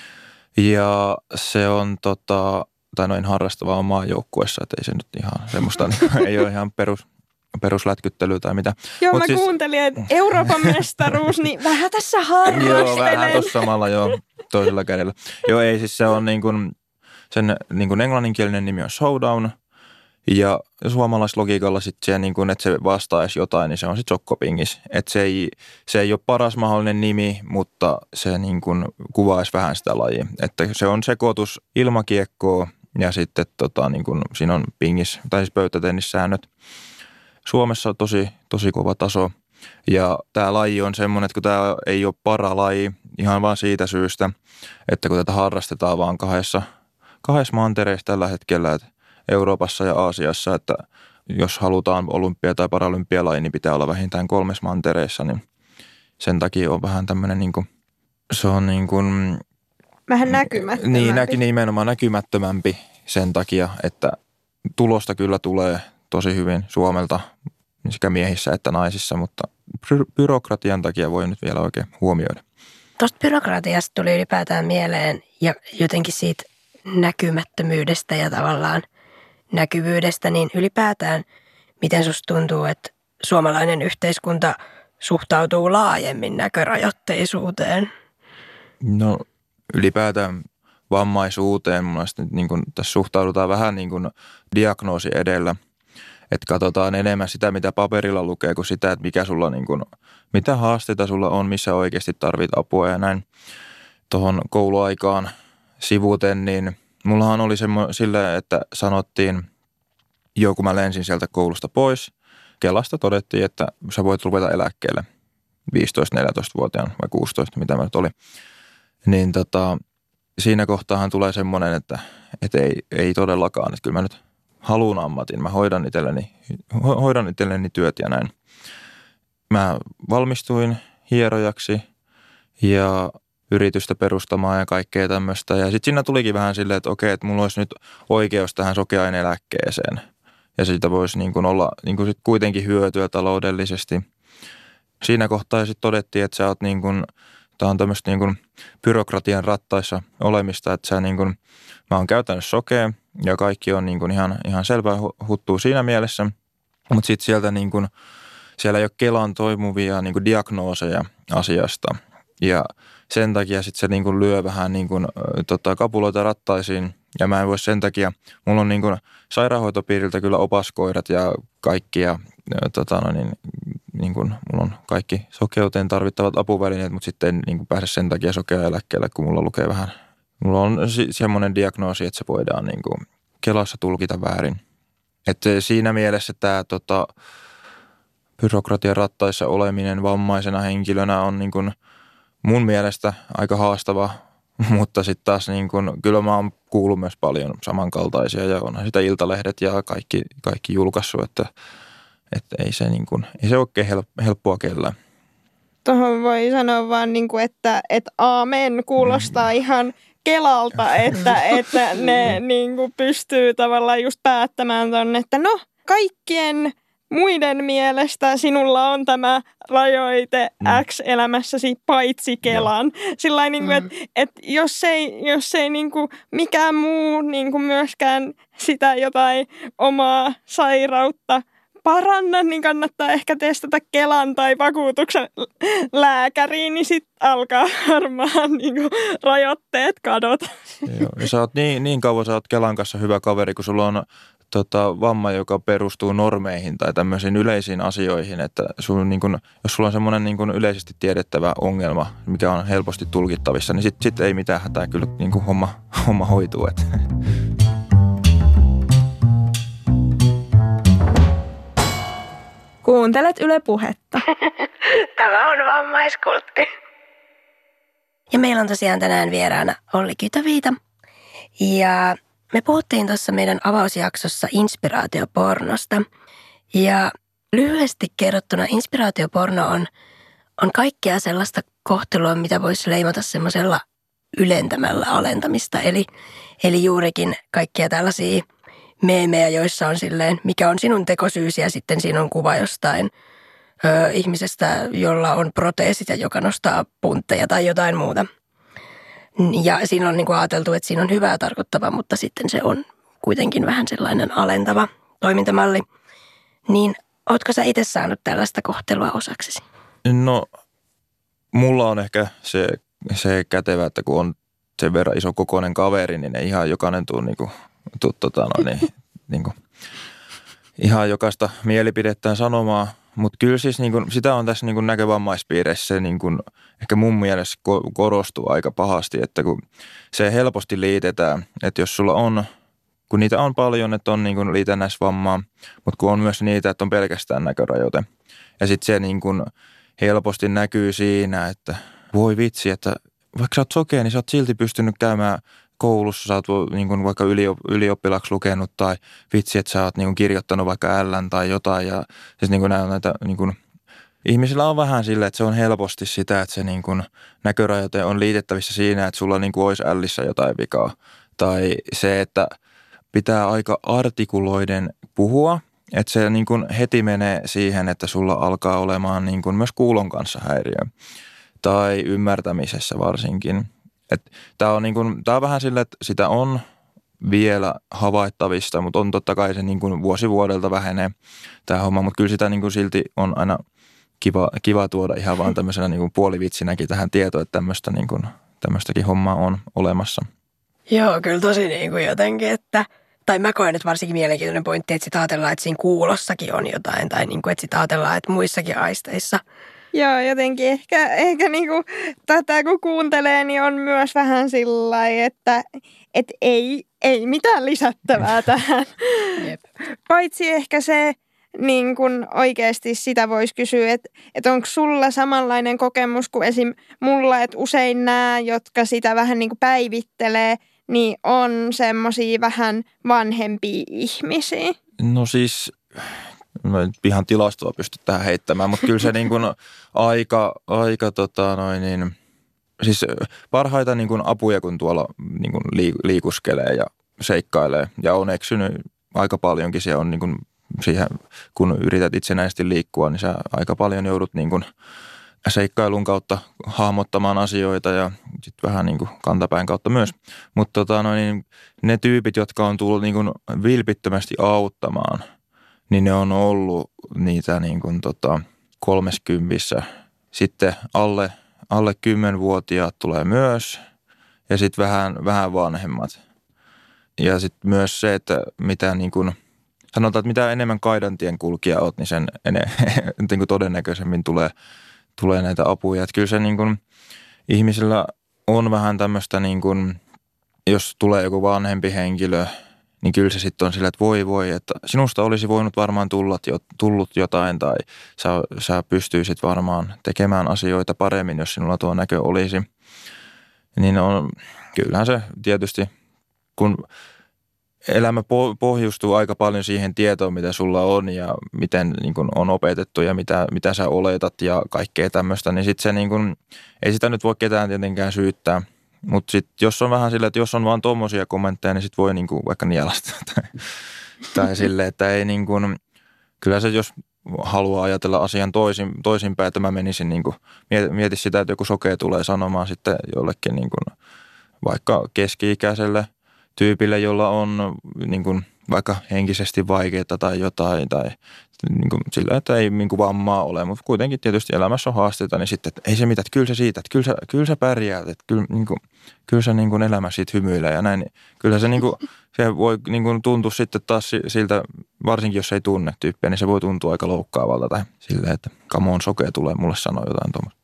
ja se on en harrasta vaan maajoukkuessa, että ei se nyt ihan semmoista, ei ole ihan peruslätkyttelyä tai mitä. Joo, mä kuuntelin, että Euroopan mestaruus, niin vähän tässä harrastelen. Joo, vähän tuossa samalla toisella kädellä. Joo, ei siis se on niin kuin, sen niin kuin englanninkielinen nimi on showdown Ja suomalaislogiikalla sitten se, niin kun, että se vastaisi jotain, niin se on sitten sokkopingis. Että se ei ole paras mahdollinen nimi, mutta se niin kun kuvaisi vähän sitä lajia. Että se on sekoitus ilmakiekkoa ja sitten niin kun, siinä on pingis, tai siis pöytätennissäännöt. Suomessa on tosi kova taso. Ja tämä laji on semmoinen, että kun tämä ei ole paralaji ihan vaan siitä syystä, että kun tätä harrastetaan vaan kahdessa mantereissa tällä hetkellä, että Euroopassa ja Aasiassa, että jos halutaan olympia- tai paralympialaji, niin pitää olla vähintään 3 mantereissa, niin sen takia on vähän tämmöinen niin kuin, se on niin kuin, vähän näkymättömämpi. Niin, nimenomaan näkymättömämpi sen takia, että tulosta kyllä tulee tosi hyvin Suomelta sekä miehissä että naisissa, mutta byrokratian takia voi nyt vielä oikein huomioida. Tuosta byrokratiasta tuli ylipäätään mieleen ja jotenkin siitä näkymättömyydestä ja tavallaan näkyvyydestä, niin ylipäätään miten susta tuntuu, että suomalainen yhteiskunta suhtautuu laajemmin näkörajoitteisuuteen? No ylipäätään vammaisuuteen mun mielestä niin kun tässä suhtaudutaan vähän niin kuin diagnoosi edellä. Että katsotaan enemmän sitä, mitä paperilla lukee, kuin sitä, että mikä sulla niin kuin, mitä haasteita sulla on, missä oikeasti tarvit apua ja näin. Tuohon kouluaikaan sivuten, niin mullahan oli sille, että sanottiin, kun mä lensin sieltä koulusta pois, Kelasta todettiin, että sä voit ruveta eläkkeelle 15-14-vuotiaan vai 16, mitä mä nyt oli. Niin siinä kohtaahan tulee semmoinen, että ei todellakaan, että kyllä mä nyt haluun ammatin, mä hoidan itselleni työt ja näin. Mä valmistuin hierojaksi ja yritystä perustamaan ja kaikkea tämmöistä. Ja sitten siinä tulikin vähän silleen, että okei, että mulla olisi nyt oikeus tähän sokeain eläkkeeseen. Ja siitä voisi niin kuin olla niin kuin sit kuitenkin hyötyä taloudellisesti. Siinä kohtaa sitten todettiin, että sä oot niin kuin, tää on tämmöistä niin kuin byrokratian rattaissa olemista, että sä niin kuin, mä oon käytännössä sokea ja kaikki on niin kuin ihan selvää huttuu siinä mielessä. Mutta sitten sieltä niin kuin, siellä ei ole Kelan toimivia niin kuin diagnooseja asiasta. Ja sen takia sitten se niin kuin lyö vähän niin kuin, kapuloita rattaisiin. Ja mä en voi sen takia, mulla on niin kuin sairaanhoitopiiriltä kyllä opaskoirat ja kaikki ja niin kuin, mulla on kaikki sokeuteen tarvittavat apuvälineet, mutta sitten en niin kuin pääse sen takia sokea-eläkkeelle, kun mulla lukee vähän. Mulla on semmoinen diagnoosi, että se voidaan niin kuin Kelassa tulkita väärin. Että siinä mielessä tämä byrokratian rattaissa oleminen vammaisena henkilönä on niin kuin mun mielestä aika haastava, mutta sitten taas niin kuin, kyllä mä oon kuullut myös paljon samankaltaisia ja onhan sitä Iltalehdet ja kaikki julkaissut, että ei se niin kuin, ei se oikein helppoa kellään. Tuohon voi sanoa vaan, niin kuin, että aamen kuulostaa ihan Kelalta, että ne niin kuin pystyy tavallaan just päättämään ton, että no kaikkien muiden mielestä sinulla on tämä rajoite X elämässäsi paitsi Kelan. Sillain niin kuin, että jos ei niin kuin mikään muu niin kuin myöskään sitä jotain omaa sairautta paranna, niin kannattaa ehkä testata Kelan tai vakuutuksen lääkäriin, niin sitten alkaa varmaan niin kuin rajoitteet kadota. Joo, ja sä oot niin kauan sä oot Kelan kanssa hyvä kaveri, kun sulla on vamma, joka perustuu normeihin tai tämmöisiin yleisiin asioihin, että niin kun, jos sulla on semmoinen niin kun yleisesti tiedettävä ongelma, mikä on helposti tulkittavissa, niin sit ei mitään hätää, kyllä niin kun homma hoituu. Kuuntelet Yle Puhetta. Tämä on Vammaiskultti. Ja meillä on tosiaan tänään vieraana Olli Kytöviita. Ja me puhuttiin tuossa meidän avausjaksossa inspiraatiopornosta. Ja lyhyesti kerrottuna inspiraatioporno on kaikkea sellaista kohtelua, mitä voisi leimata semmoisella ylentämällä alentamista. Eli juurikin kaikkia tällaisia meemejä, joissa on silleen, mikä on sinun tekosyysi ja sitten siinä on kuva jostain ihmisestä, jolla on proteesit ja joka nostaa puntteja tai jotain muuta. Ja siinä on niin kuin ajateltu, että siinä on hyvää tarkoittava, mutta sitten se on kuitenkin vähän sellainen alentava toimintamalli. Niin ootko sä itse saanut tällaista kohtelua osaksesi? No, mulla on ehkä se kätevä, että kun on sen verran iso kokoinen kaveri, niin ei ihan jokainen tuu ihan jokaista mielipidettään sanomaan. Mutta kyllä siis niin kun, sitä on tässä niin kun näkövammaispiireissä se niin kun, ehkä mun mielestä korostuu aika pahasti, että kun se helposti liitetään, että jos sulla on, kun niitä on paljon, että on niin kun liitännäisvammaa, mutta kun on myös niitä, että on pelkästään näkörajoite. Ja sitten se niin kun helposti näkyy siinä, että voi vitsi, että vaikka sä oot sokea, niin sä oot silti pystynyt käymään koulussa, sä oot niin kuin vaikka ylioppilaaksi lukenut tai vitsi, että sä oot niin kuin kirjoittanut vaikka L:n tai jotain. Ja siis niin kuin näitä, niin kuin, ihmisillä on vähän silleen, että se on helposti sitä, että se niin kuin näkörajoite on liitettävissä siinä, että sulla niin kuin olisi L:issä jotain vikaa. Tai se, että pitää aika artikuloiden puhua, että se niin kuin heti menee siihen, että sulla alkaa olemaan niin kuin myös kuulon kanssa häiriö. Tai ymmärtämisessä varsinkin. Tämä on, on vähän sillä, että sitä on vielä havaittavista, mutta on totta kai se niin kuin vuosi vuodelta vähenee tämä homma. Mutta kyllä sitä niin kuin silti on aina kiva tuoda ihan vaan tämmöisenä niin kuin puolivitsinäkin tähän tietoon, että tämmöistäkin hommaa on olemassa. Joo, kyllä tosi niin kuin jotenkin, että tai mä koen, että varsinkin mielenkiintoinen pointti, että sitä ajatellaan, että siinä kuulossakin on jotain tai niin kuin, että sitä ajatellaan, että muissakin aisteissa. Joo, jotenkin ehkä niinku tätä kun kuuntelee, niin on myös vähän sillä lailla, että ei mitään lisättävää tähän. Jep. Paitsi ehkä se, niin kun oikeasti sitä voisi kysyä, että onko sulla samanlainen kokemus kuin esim. Mulla, että usein nämä, jotka sitä vähän niin kuin päivittelee, niin on semmosia vähän vanhempia ihmisiä. No siis ihan tilastoa pysty tähän heittämään, mutta kyllä se niin kuin siis parhaita niin kuin apuja, kun tuolla niin kuin liikuskelee ja seikkailee ja on eksynyt aika paljonkin. Se on niin kuin siihen, kun yrität itsenäisesti liikkua, niin sä aika paljon joudut niin kuin seikkailun kautta hahmottamaan asioita ja sitten vähän niin kuin kantapään kautta myös. Mutta ne tyypit, jotka on tullut niin kuin vilpittömästi auttamaan, niin ne on ollut niitä niin kuin 30. Sitten alle 10-vuotiaat tulee myös ja sitten vähän vanhemmat. Ja sitten myös se, että mitä niin kuin, sanotaan, että mitä enemmän kaidantien kulkija oot, niin sen niin kuin todennäköisemmin tulee näitä apuja. Että kyllä se niin kuin, ihmisillä on vähän tämmöistä, niin kuin, jos tulee joku vanhempi henkilö, niin kyllä se sitten on sillä, että voi, että sinusta olisi voinut varmaan tullut jotain tai sä pystyisit varmaan tekemään asioita paremmin, jos sinulla tuo näkö olisi. Niin kyllähän se tietysti, kun elämä pohjustuu aika paljon siihen tietoon, mitä sulla on ja miten niin kun on opetettu ja mitä sä oletat ja kaikkea tämmöistä, niin sitten se niin kun, ei sitä nyt voi ketään tietenkään syyttää. Mutta sitten jos on vähän silleen, että jos on vaan tommosia kommentteja, niin sitten voi niinku vaikka nielasta tai silleen, että ei niin kuin, kyllä se jos haluaa ajatella asian toisinpäin, että mä menisin niinku, mieti sitä, että joku sokea tulee sanomaan sitten jollekin niinku, vaikka keski-ikäiselle tyypille, jolla on niinku, vaikka henkisesti vaikeaa tai jotain tai niin sillä, että ei niin vammaa ole, mutta kuitenkin tietysti elämässä on haasteita, niin sitten, että ei se mitään, että kyllä se siitä, että kyllä sä pärjäät, että kyllä se niin elämä siitä hymyilee ja näin. Niin kyllä se, niin kuin, se voi niin tuntua sitten taas siltä, varsinkin jos ei tunne tyyppiä, niin se voi tuntua aika loukkaavalta tai silleen, että come on, sokea tulee mulle sanoa jotain tuommoista.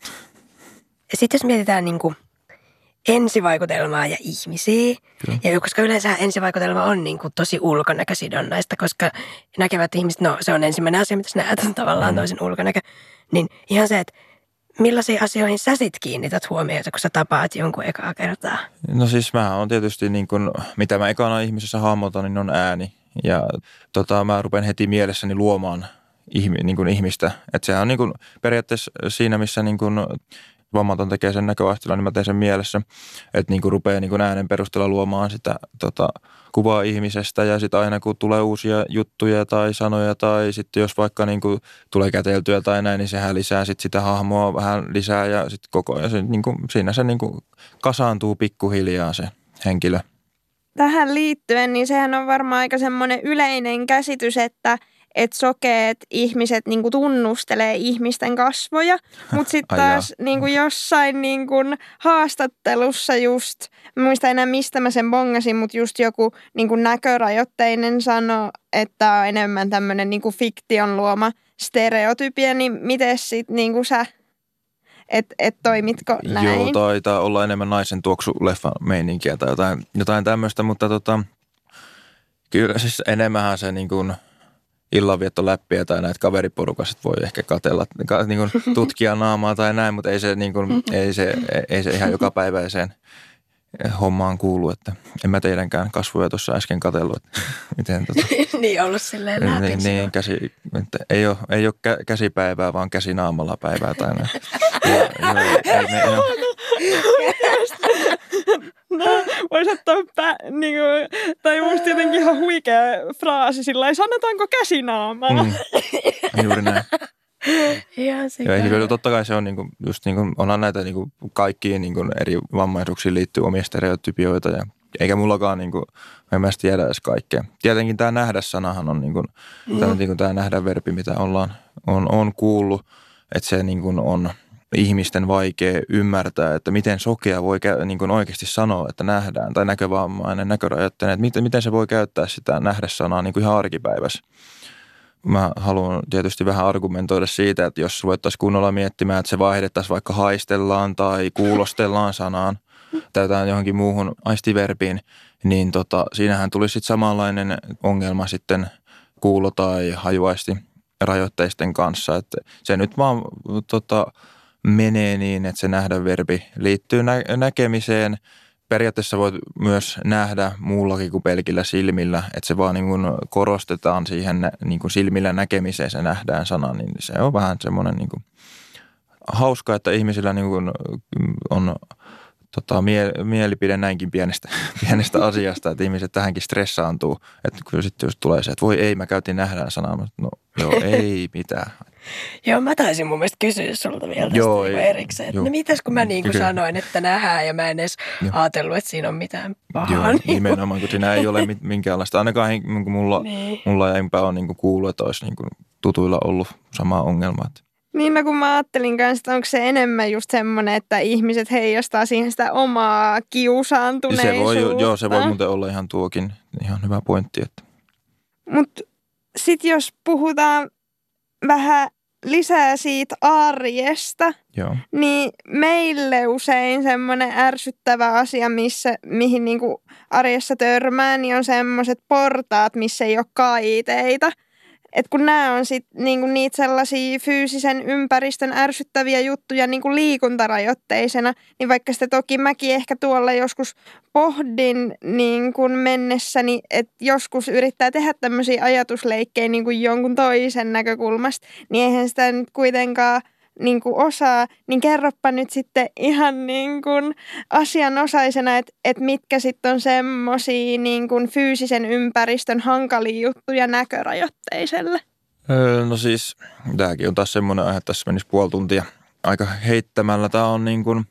Ja sitten jos mietitään niin kuin ensivaikutelmaa ja ihmisiä. Kyllä. Ja koska yleensä ensivaikutelma on niin kuin tosi ulkonäkösidonnaista, koska näkevät ihmiset, no se on ensimmäinen asia, mitä sä näet tavallaan toisen ulkonäkö. Niin ihan se, että millaisiin asioihin sä sit kiinnität huomiota, kun sä tapaat jonkun ekaa kertaa? No siis mä on tietysti niin kuin, mitä mä ekana ihmisessä hahmotan, niin on ääni. Ja mä rupean heti mielessäni luomaan niin kuin ihmistä. Että sehän on niin kuin periaatteessa siinä, missä niin kuin vammaton tekee sen näköaistilla, niin mä teen sen mielessä, että niin kuin rupeaa niin kuin äänen perusteella luomaan sitä kuvaa ihmisestä ja sitten aina kun tulee uusia juttuja tai sanoja tai sitten jos vaikka niin kuin tulee käteltyä tai näin, niin sehän lisää sitten sitä hahmoa vähän lisää ja sitten koko ajan se, niin kuin, siinä se niin kuin kasaantuu pikkuhiljaa se henkilö. Tähän liittyen, niin sehän on varmaan aika semmoinen yleinen käsitys, että että sokeat ihmiset niinku tunnustelee ihmisten kasvoja, mutta sitten taas niinku jossain niinku haastattelussa just, mä muistan enää mistä mä sen bongasin, mutta just joku niinku näkörajoitteinen sanoi, että on enemmän tämmöinen niinku fiktion luoma stereotypia, niin miten sitten niinku sä, et toimitko näin? Joo, taitaa olla enemmän naisen tuoksu-leffan meininkiä tai jotain tämmöistä, mutta kyllä siis enemmänhän se niin kuin illanviettoläppiä tai näitä kaveriporukaset voi ehkä katsella, niin kuin tutkia naamaa tai näin, mutta ei se, niin kuin, ei se ihan jokapäiväiseen hommaan kuulu, että en mä teidänkään kasvoja tuossa äsken katsellut, että miten niin ollut silleen läpi. Niin, että ei ole käsipäivää, vaan käsinaamalla päivää tai näin. No, voisi ottaa tai musta jotenkin ihan huikea fraasi sillä lailla, sanotaanko käsinaamalla? Juuri näin. Joo, totta kai se on niinku, just niinku, onhan näitä niinku kaikkiin niinku eri vammaisuuksiin liittyy omia stereotypioita ja eikä mullakaan niinku, en mä tiedä edes kaikkea. Tietenkin tämä nähdä-sanahan on niinku, tämä nähdä-verbi, mitä on kuullut, että se niinku on ihmisten vaikea ymmärtää, että miten sokea voi niin oikeasti sanoa, että nähdään, tai näkövammainen, näkörajoitteinen, että miten se voi käyttää sitä nähdä-sanaa niin kuin ihan arkipäivässä. Mä haluan tietysti vähän argumentoida siitä, että jos ruvettaisiin kunnolla miettimään, että se vaihdettaisiin vaikka haistellaan tai kuulostellaan sanaan tai johonkin muuhun aistiverbiin, niin siinähän tulisi sitten samanlainen ongelma sitten kuulo- tai hajuaisti rajoitteisten kanssa, että se nyt vaan menee niin, että se nähdä-verbi liittyy näkemiseen. Periaatteessa voit myös nähdä muullakin kuin pelkillä silmillä, että se vaan niin kuin korostetaan siihen niin kuin silmillä näkemiseen, se nähdään sana, niin se on vähän semmoinen niin kuin hauska, että ihmisillä niin kuin on mielipide näinkin pienestä asiasta, että ihmiset tähänkin stressaantuu, että kyllä sitten just tulee se, että voi ei, mä käytin nähdään sanaa, mutta no joo, ei mitään. Joo, mä taisin mun mielestä kysyä sulta vielä tästä erikseen. Että no mitäs kun mä niin kuin sanoin, että nähdään ja mä en edes ajatellut, että siinä on mitään pahaa. Joo, nimenomaan, kun siinä ei ole minkäänlaista. Ainakaan mulla eipä ole niin kuullut, että olisi niin tutuilla ollut sama ongelma. Niin, no kun mä ajattelin kanssa, että onko se enemmän just semmoinen, että ihmiset heijastaa siihen sitä omaa kiusaantuneisuutta. Se voi muuten olla ihan tuokin ihan hyvä pointti. Mutta sitten jos puhutaan vähän lisää siitä arjesta, niin meille usein semmoinen ärsyttävä asia, mihin niinku arjessa törmää, niin on semmoiset portaat, missä ei ole kaiteita. Et kun nämä on sitten niinku niitä sellaisia fyysisen ympäristön ärsyttäviä juttuja niinku liikuntarajoitteisena, niin vaikka sitä toki mäkin ehkä tuolla joskus pohdin niinku mennessäni, että joskus yrittää tehdä tämmöisiä ajatusleikkejä niinku jonkun toisen näkökulmasta, niin eihän sitä nyt kuitenkaan niinku osaa, niin kerropa nyt sitten ihan niinku asianosaisena, että mitkä sitten on semmosia niinku fyysisen ympäristön hankalia juttuja näkörajoitteiselle. No siis, tämäkin on taas semmoinen aihe, että tässä menisi puoli tuntia aika heittämällä. Tämä on niinku,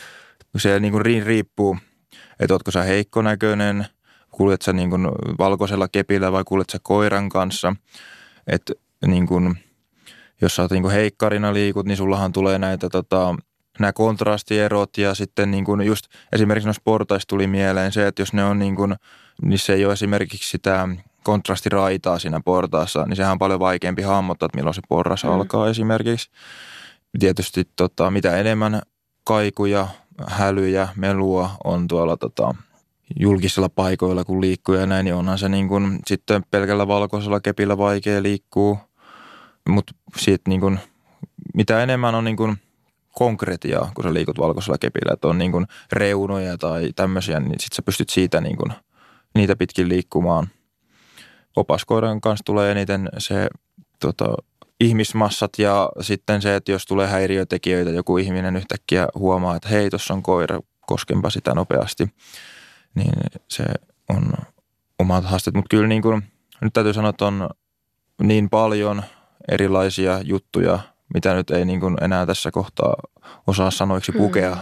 se niinku riippuu, että ootko sä heikkonäköinen, kuljet sä niinku valkoisella kepillä vai kuljet sä koiran kanssa, että niinku jos sä oot niinku heikkarina liikut, niin sullahan tulee näitä nämä kontrastierot ja sitten niinku just esimerkiksi noissa portaissa tuli mieleen se, että jos ne on niinku, niissä ei ole esimerkiksi sitä kontrastiraitaa siinä portaassa, niin sehän on paljon vaikeampi hahmottaa, että milloin se porras alkaa esimerkiksi. Tietysti mitä enemmän kaikuja, hälyjä, melua on tuolla julkisilla paikoilla, kun liikkuu ja näin, niin onhan se niinku sitten pelkällä valkoisella kepillä vaikea liikkuu. Mutta siitä niin mitä enemmän on niin konkretiaa, kun sä liikut valkoisella kepillä, että on niin reunoja tai tämmöisiä, niin sit sä pystyt siitä niin niitä pitkin liikkumaan. Opaskoiran kanssa tulee eniten se ihmismassat ja sitten se, että jos tulee häiriötekijöitä, joku ihminen yhtäkkiä huomaa, että hei, tuossa on koira, koskenpa sitä nopeasti, niin se on omat haasteet. Mutta kyllä niin kuin, nyt täytyy sanoa, että on niin paljon erilaisia juttuja, mitä nyt ei niin kuin enää tässä kohtaa osaa sanoiksi pukea.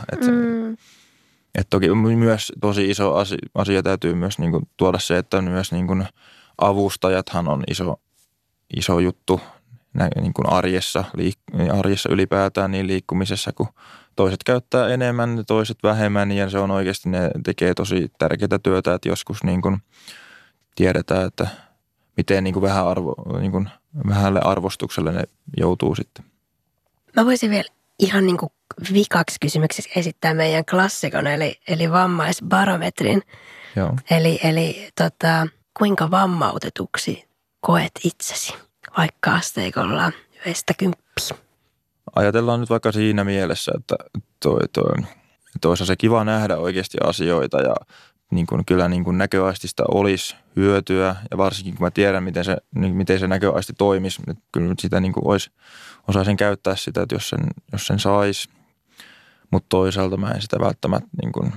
Et toki myös tosi iso asia täytyy myös niin kuin tuoda se, että myös niin kuin avustajathan on iso juttu niin kuin arjessa ylipäätään niin liikkumisessa, kun toiset käyttää enemmän ja toiset vähemmän ja se on oikeasti, ne tekee tosi tärkeää työtä, että joskus niin kuin tiedetään, että miten niin kuin vähälle arvostukselle ne joutuu sitten. Mä voisin vielä ihan niin kuin vikaksi kysymyksessä esittää meidän klassikon, eli vammaisbarometrin. Joo. Eli kuinka vammautetuksi koet itsesi, vaikka asteikolla 1–10? Ajatellaan nyt vaikka siinä mielessä, että toisaalta se kiva nähdä oikeasti asioita ja niin kuin, kyllä niin kuin näköaistista olisi hyötyä ja varsinkin kun mä tiedän, miten se näköaisti toimisi, että kyllä sitä niin kuin osaisin käyttää sitä, että jos sen saisi, mutta toisaalta mä en sitä välttämättä, niin kuin,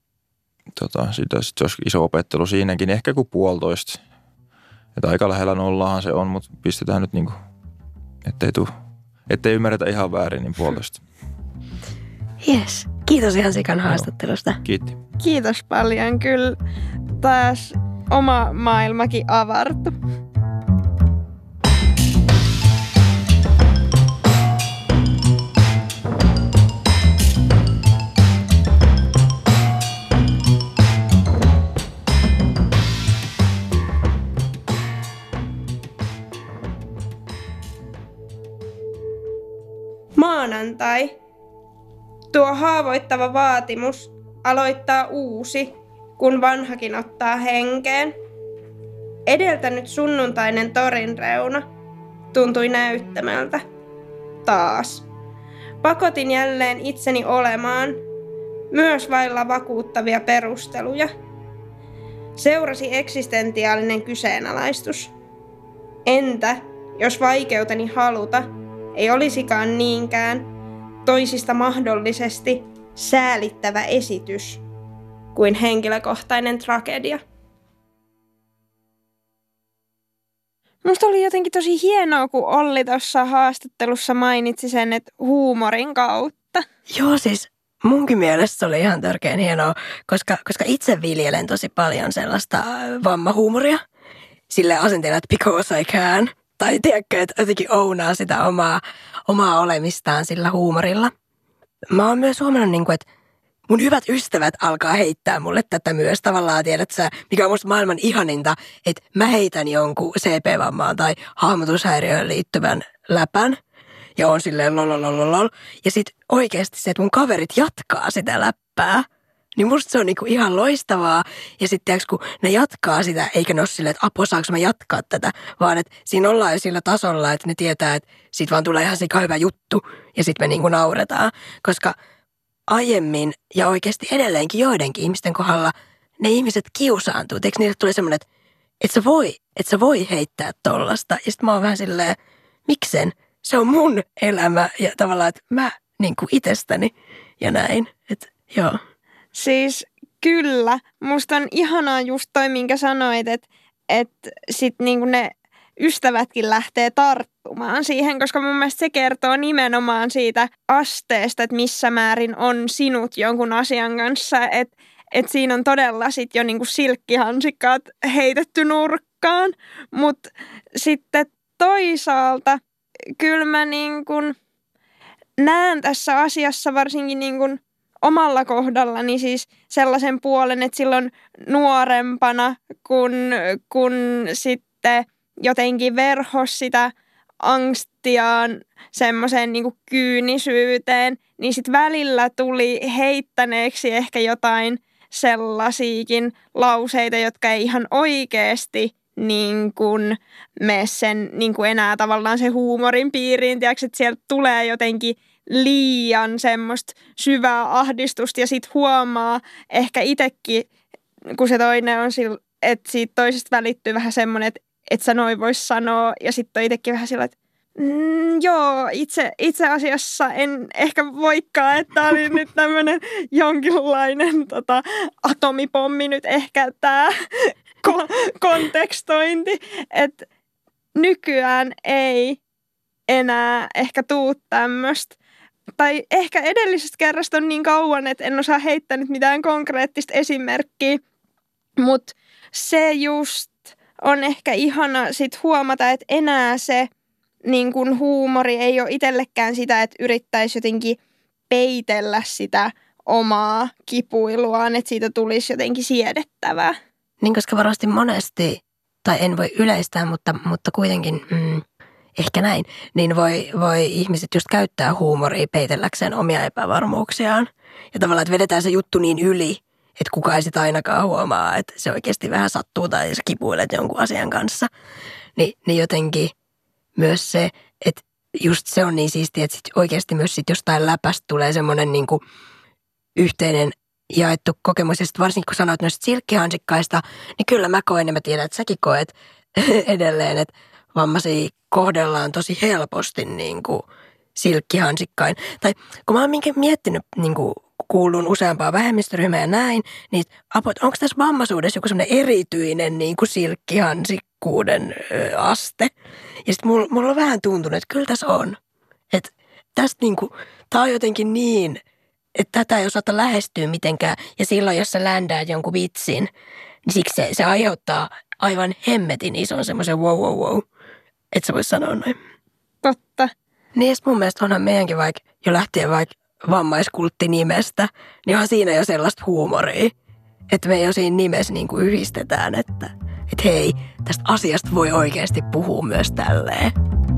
se olisi iso opettelu siinäkin, ehkä kuin 1,5. Että aika lähellä nollahan se on, mutta pistetään nyt niin kuin, ettei ymmärretä ihan väärin, niin 1,5. Jes. Kiitos ihan sikan haastattelusta. Kiitti. Kiitos paljon. Kyllä taas oma maailmakin avartu. Maanantai. Tuo haavoittava vaatimus aloittaa uusi, kun vanhakin ottaa henkeen. Edeltänyt sunnuntainen torin reuna tuntui näyttämältä. Taas. Pakotin jälleen itseni olemaan, myös vailla vakuuttavia perusteluja. Seurasi eksistentiaalinen kyseenalaistus. Entä, jos vaikeuteni haluta ei olisikaan niinkään toisista mahdollisesti säälittävä esitys kuin henkilökohtainen tragedia. Musta oli jotenkin tosi hienoa, kun Olli tuossa haastattelussa mainitsi sen, että huumorin kautta. Joo, siis munkin mielestä se oli ihan törkeän hienoa, koska itse viljelen tosi paljon sellaista vammahuumoria. Sille asenteella, että because I can. Tai tiedätkö, että jotenkin ounaa sitä omaa olemistaan sillä huumorilla. Mä oon myös huomannut, että mun hyvät ystävät alkaa heittää mulle tätä myös. Tavallaan tiedät sä, mikä on musta maailman ihaninta, että mä heitän jonkun CP-vammaan tai hahmotushäiriöön liittyvän läpän. Ja on silleen lololololol. Ja sit oikeasti se, että mun kaverit jatkaa sitä läppää. Niin musta se on niinku ihan loistavaa. Ja sitten kun ne jatkaa sitä, eikä ne ole silleen, että apua, saanko mä jatkaa tätä, vaan että siinä ollaan jo sillä tasolla, että ne tietää, että siitä vaan tulee ihan sika hyvä juttu ja sitten me niinku nauretaan. Koska aiemmin ja oikeasti edelleenkin joidenkin ihmisten kohdalla ne ihmiset kiusaantuu. Eikö niille tuli semmoinen, että et sä voi heittää tollasta. Ja sitten mä oon vähän silleen, miksen? Se on mun elämä ja tavallaan, että mä niinku itsestäni ja näin. Että joo. Siis kyllä. Musta on ihanaa just toi, minkä sanoit, että sit niinku ne ystävätkin lähtee tarttumaan siihen, koska mun mielestä se kertoo nimenomaan siitä asteesta, että missä määrin on sinut jonkun asian kanssa, että siinä on todella sit jo niinku silkkihansikkaat heitetty nurkkaan, mutta sitten toisaalta kyllä mä niinku näen tässä asiassa varsinkin niinku omalla kohdallani siis sellaisen puolen, että silloin nuorempana, kun sitten jotenkin verhos sitä angstiaan semmoiseen niinku kyynisyyteen, niin sitten välillä tuli heittäneeksi ehkä jotain sellaisiakin lauseita, jotka ei ihan oikeasti niin kuin mene sen niin kuin enää tavallaan se huumorin piiriin, tiedätkö, että sieltä tulee jotenkin liian semmoista syvää ahdistusta ja sit huomaa ehkä itsekin, kun se toinen on sillä, että siitä toisesta välittyy vähän semmoinen, että sä noin vois sanoa ja sitten on itsekin vähän sillä, että joo, itse asiassa en ehkä voikaan, että tää oli nyt tämmönen jonkinlainen atomipommi nyt ehkä tää kontekstointi, että nykyään ei enää ehkä tuu tämmöistä. Tai ehkä edellisestä kerrasta on niin kauan, että en osaa heittää nyt mitään konkreettista esimerkkiä, mutta se just on ehkä ihana sit huomata, että enää se niin kun huumori ei ole itsellekään sitä, että yrittäisi jotenkin peitellä sitä omaa kipuiluaan, että siitä tulisi jotenkin siedettävää. Niin, koska varmasti monesti, tai en voi yleistää, mutta kuitenkin ehkä näin, niin voi ihmiset just käyttää huumoria peitelläkseen omia epävarmuuksiaan. Ja tavallaan, että vedetään se juttu niin yli, että kukaan ei sitä ainakaan huomaa, että se oikeasti vähän sattuu tai sä kipuilet jonkun asian kanssa. Niin jotenkin myös se, että just se on niin siistiä, että sit oikeasti myös sit jostain läpästä tulee semmoinen niinku yhteinen jaettu kokemus. Ja sitten varsinkin kun sanoit noista silkkihansikkaista, niin kyllä mä koen ja mä tiedän, että säkin koet edelleen, että vammaisia kohdellaan tosi helposti niinku silkkihansikkain. Tai kun mä oon miettinyt, niinku, kuulun useampaan vähemmistöryhmään ja näin, niin onko tässä vammaisuudessa joku semmoinen erityinen niinku silkkihansikkuuden aste? Ja sitten mulla on vähän tuntunut, että kyllä tässä on. Että tästä niinku, tää on jotenkin niin, että tätä ei osata lähestyä mitenkään. Ja silloin, jos sä ländäät jonkun vitsin, niin siksi se aiheuttaa aivan hemmetin ison semmoisen wow. Että sä vois sanoa noin. Totta. Niin ja mun mielestä onhan meidänkin vaikka jo lähtien vaikka vammaiskulttinimestä, niin onhan siinä jo sellaista huumoria. Että me jo siinä nimessä niin kuin yhdistetään, että hei, tästä asiasta voi oikeasti puhua myös tälleen.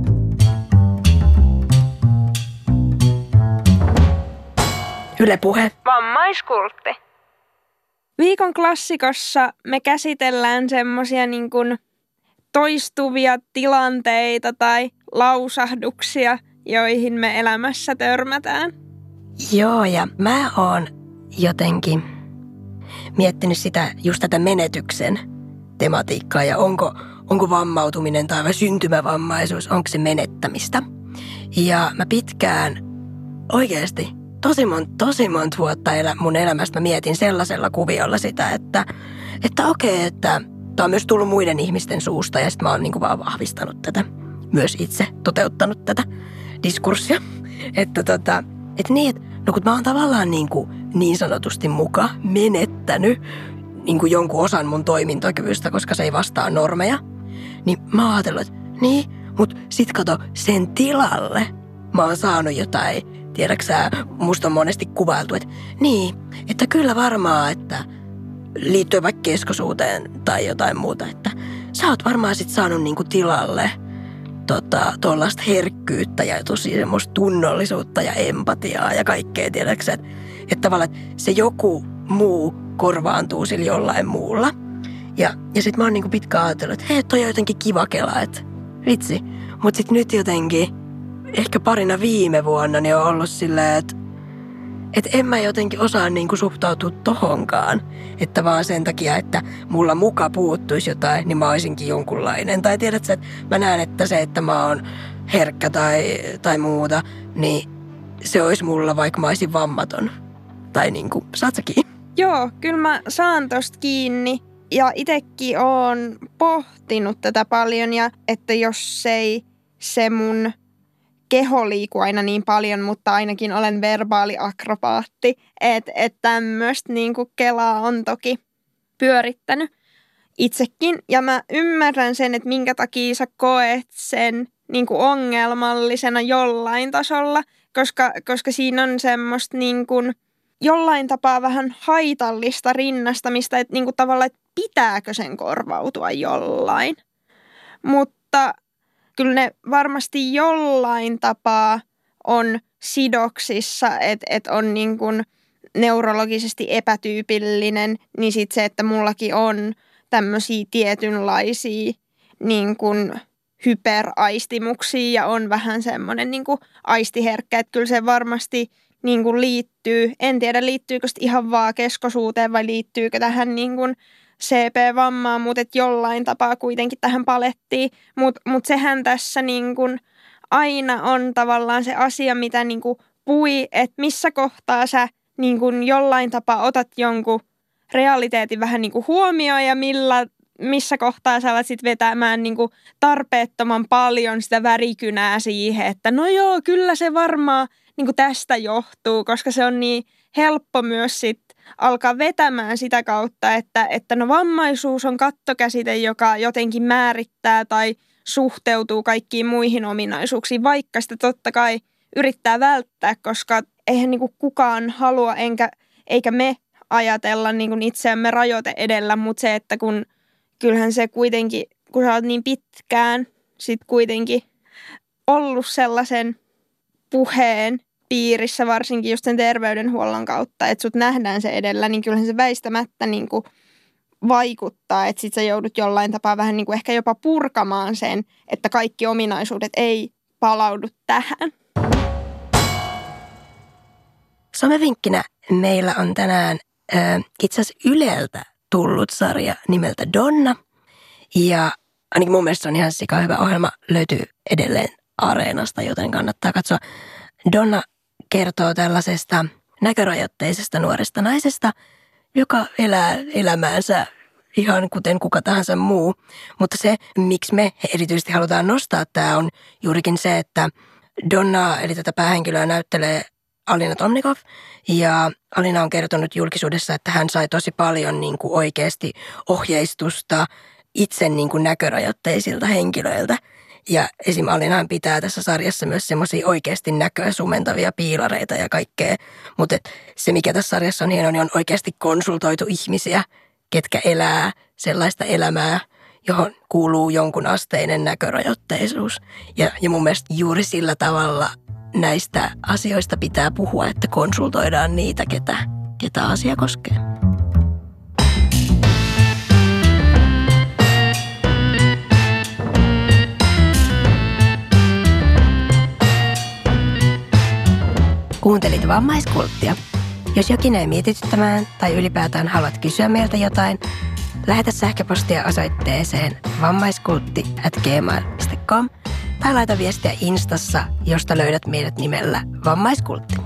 Yle Puhe. Vammaiskultti. Viikon klassikossa me käsitellään semmosia niin kuin toistuvia tilanteita tai lausahduksia, joihin me elämässä törmätään. Joo, ja mä oon jotenkin miettinyt sitä, just tätä menetyksen tematiikkaa ja onko vammautuminen tai syntymävammaisuus, onko se menettämistä. Ja mä pitkään oikeasti tosi monta vuotta mun elämästä mä mietin sellaisella kuviolla sitä, että okei, että tää on myös tullut muiden ihmisten suusta ja sit mä oon niinku vaan vahvistanut tätä, myös itse toteuttanut tätä diskurssia. Että no kun mä oon tavallaan niin sanotusti muka menettänyt niinku jonkun osan mun toimintakyvystä, koska se ei vastaa normeja, niin mä oon ajatellut, että niin, mut sit kato sen tilalle mä oon saanut jotain, tiedäksä, musta on monesti kuvailtu, että niin, että kyllä varmaan, että liittyen vaikka keskosuuteen tai jotain muuta, että sä oot varmaan sit saanut niinku tilalle tuollaista herkkyyttä ja tosi semmoista tunnollisuutta ja empatiaa ja kaikkea, tiedäksä, että tavallaan että se joku muu korvaantuu sillä jollain muulla. Ja sit mä oon niinku pitkään ajatellut, että hei, toi on jotenkin kiva kela, että vitsi. Mut sit nyt jotenkin, ehkä parina viime vuonna, niin on ollut silleen, että en mä jotenkin osaa niinku suhtautua tohonkaan. Että vaan sen takia, että mulla muka puuttuisi jotain, niin mä olisinkin jonkunlainen. Tai tiedätkö, että mä näen, että se, että mä oon herkkä tai muuta, niin se olisi mulla, vaikka mä olisin vammaton. Tai niinku, saat sä kiinni? Joo, kyllä mä saan tosta kiinni. Ja itekin oon pohtinut tätä paljon ja että jos ei se mun keho liiku aina niin paljon, mutta ainakin olen verbaaliakrobaatti, että tämmöistä niinku kelaa on toki pyörittänyt itsekin. Ja mä ymmärrän sen, että minkä takia sä koet sen niinku ongelmallisena jollain tasolla, koska siinä on semmoista niinku jollain tapaa vähän haitallista rinnastamista, että niinku tavallaan, että pitääkö sen korvautua jollain. Mutta kyllä ne varmasti jollain tapaa on sidoksissa, että on niin kuin neurologisesti epätyypillinen, niin sitten se, että mullakin on tämmöisiä tietynlaisia niin kuin hyperaistimuksia ja on vähän semmoinen niin kuin aistiherkkä, että kyllä se varmasti niin kuin liittyy, en tiedä liittyykö sitten ihan vaan keskosuuteen vai liittyykö tähän niin kuin CP-vammaan, mutta jollain tapaa kuitenkin tähän palettiin. Mutta sehän tässä niin kun aina on tavallaan se asia, mitä niin kun pui, että missä kohtaa sä niin kun jollain tapaa otat jonkun realiteetin vähän niin kun huomioon ja missä kohtaa sä alat sit vetämään niin kun tarpeettoman paljon sitä värikynää siihen, että no joo, kyllä se varmaan niin kun tästä johtuu, koska se on niin helppo myös sit alkaa vetämään sitä kautta, että no vammaisuus on kattokäsite, joka jotenkin määrittää tai suhteutuu kaikkiin muihin ominaisuuksiin, vaikka sitä totta kai yrittää välttää, koska eihän niin kuin kukaan halua eikä me ajatella niin kuin itseämme rajoite edellä, mutta se, että kyllähän se kuitenkin, kun sä oot niin pitkään sit kuitenkin ollut sellaisen puheen piirissä, varsinkin just sen terveydenhuollon kautta, että sut nähdään se edellä, niin kyllähän se väistämättä niin kuin vaikuttaa, että sit sä joudut jollain tapaa vähän niin kuin ehkä jopa purkamaan sen, että kaikki ominaisuudet ei palaudu tähän. Somevinkkinä meillä on tänään itse asiassa Yleltä tullut sarja nimeltä Donna. Ja ainakin mun mielestä se on ihan sika hyvä ohjelma, löytyy edelleen Areenasta, joten kannattaa katsoa. Donna kertoo tällaisesta näkörajoitteisesta nuoresta naisesta, joka elää elämäänsä ihan kuten kuka tahansa muu. Mutta se, miksi me erityisesti halutaan nostaa, tämä on juurikin se, että Donna, eli tätä päähenkilöä, näyttelee Alina Tomnikov. Ja Alina on kertonut julkisuudessa, että hän sai tosi paljon niin kuin oikeasti ohjeistusta itse niin kuin näkörajoitteisilta henkilöiltä. Ja esim. Alinahan pitää tässä sarjassa myös semmoisia oikeasti näköä sumentavia piilareita ja kaikkea. Mutta se, mikä tässä sarjassa on hienoa, niin on oikeasti konsultoitu ihmisiä, ketkä elää sellaista elämää, johon kuuluu jonkun asteinen näkörajoitteisuus. Ja mun mielestä juuri sillä tavalla näistä asioista pitää puhua, että konsultoidaan niitä, ketä asia koskee. Kuuntelit Vammaiskulttia. Jos jokin ei mietityttämään tai ylipäätään haluat kysyä meiltä jotain, lähetä sähköpostia osoitteeseen vammaiskultti@gmail.com tai laita viestiä Instassa, josta löydät meidät nimellä Vammaiskultti.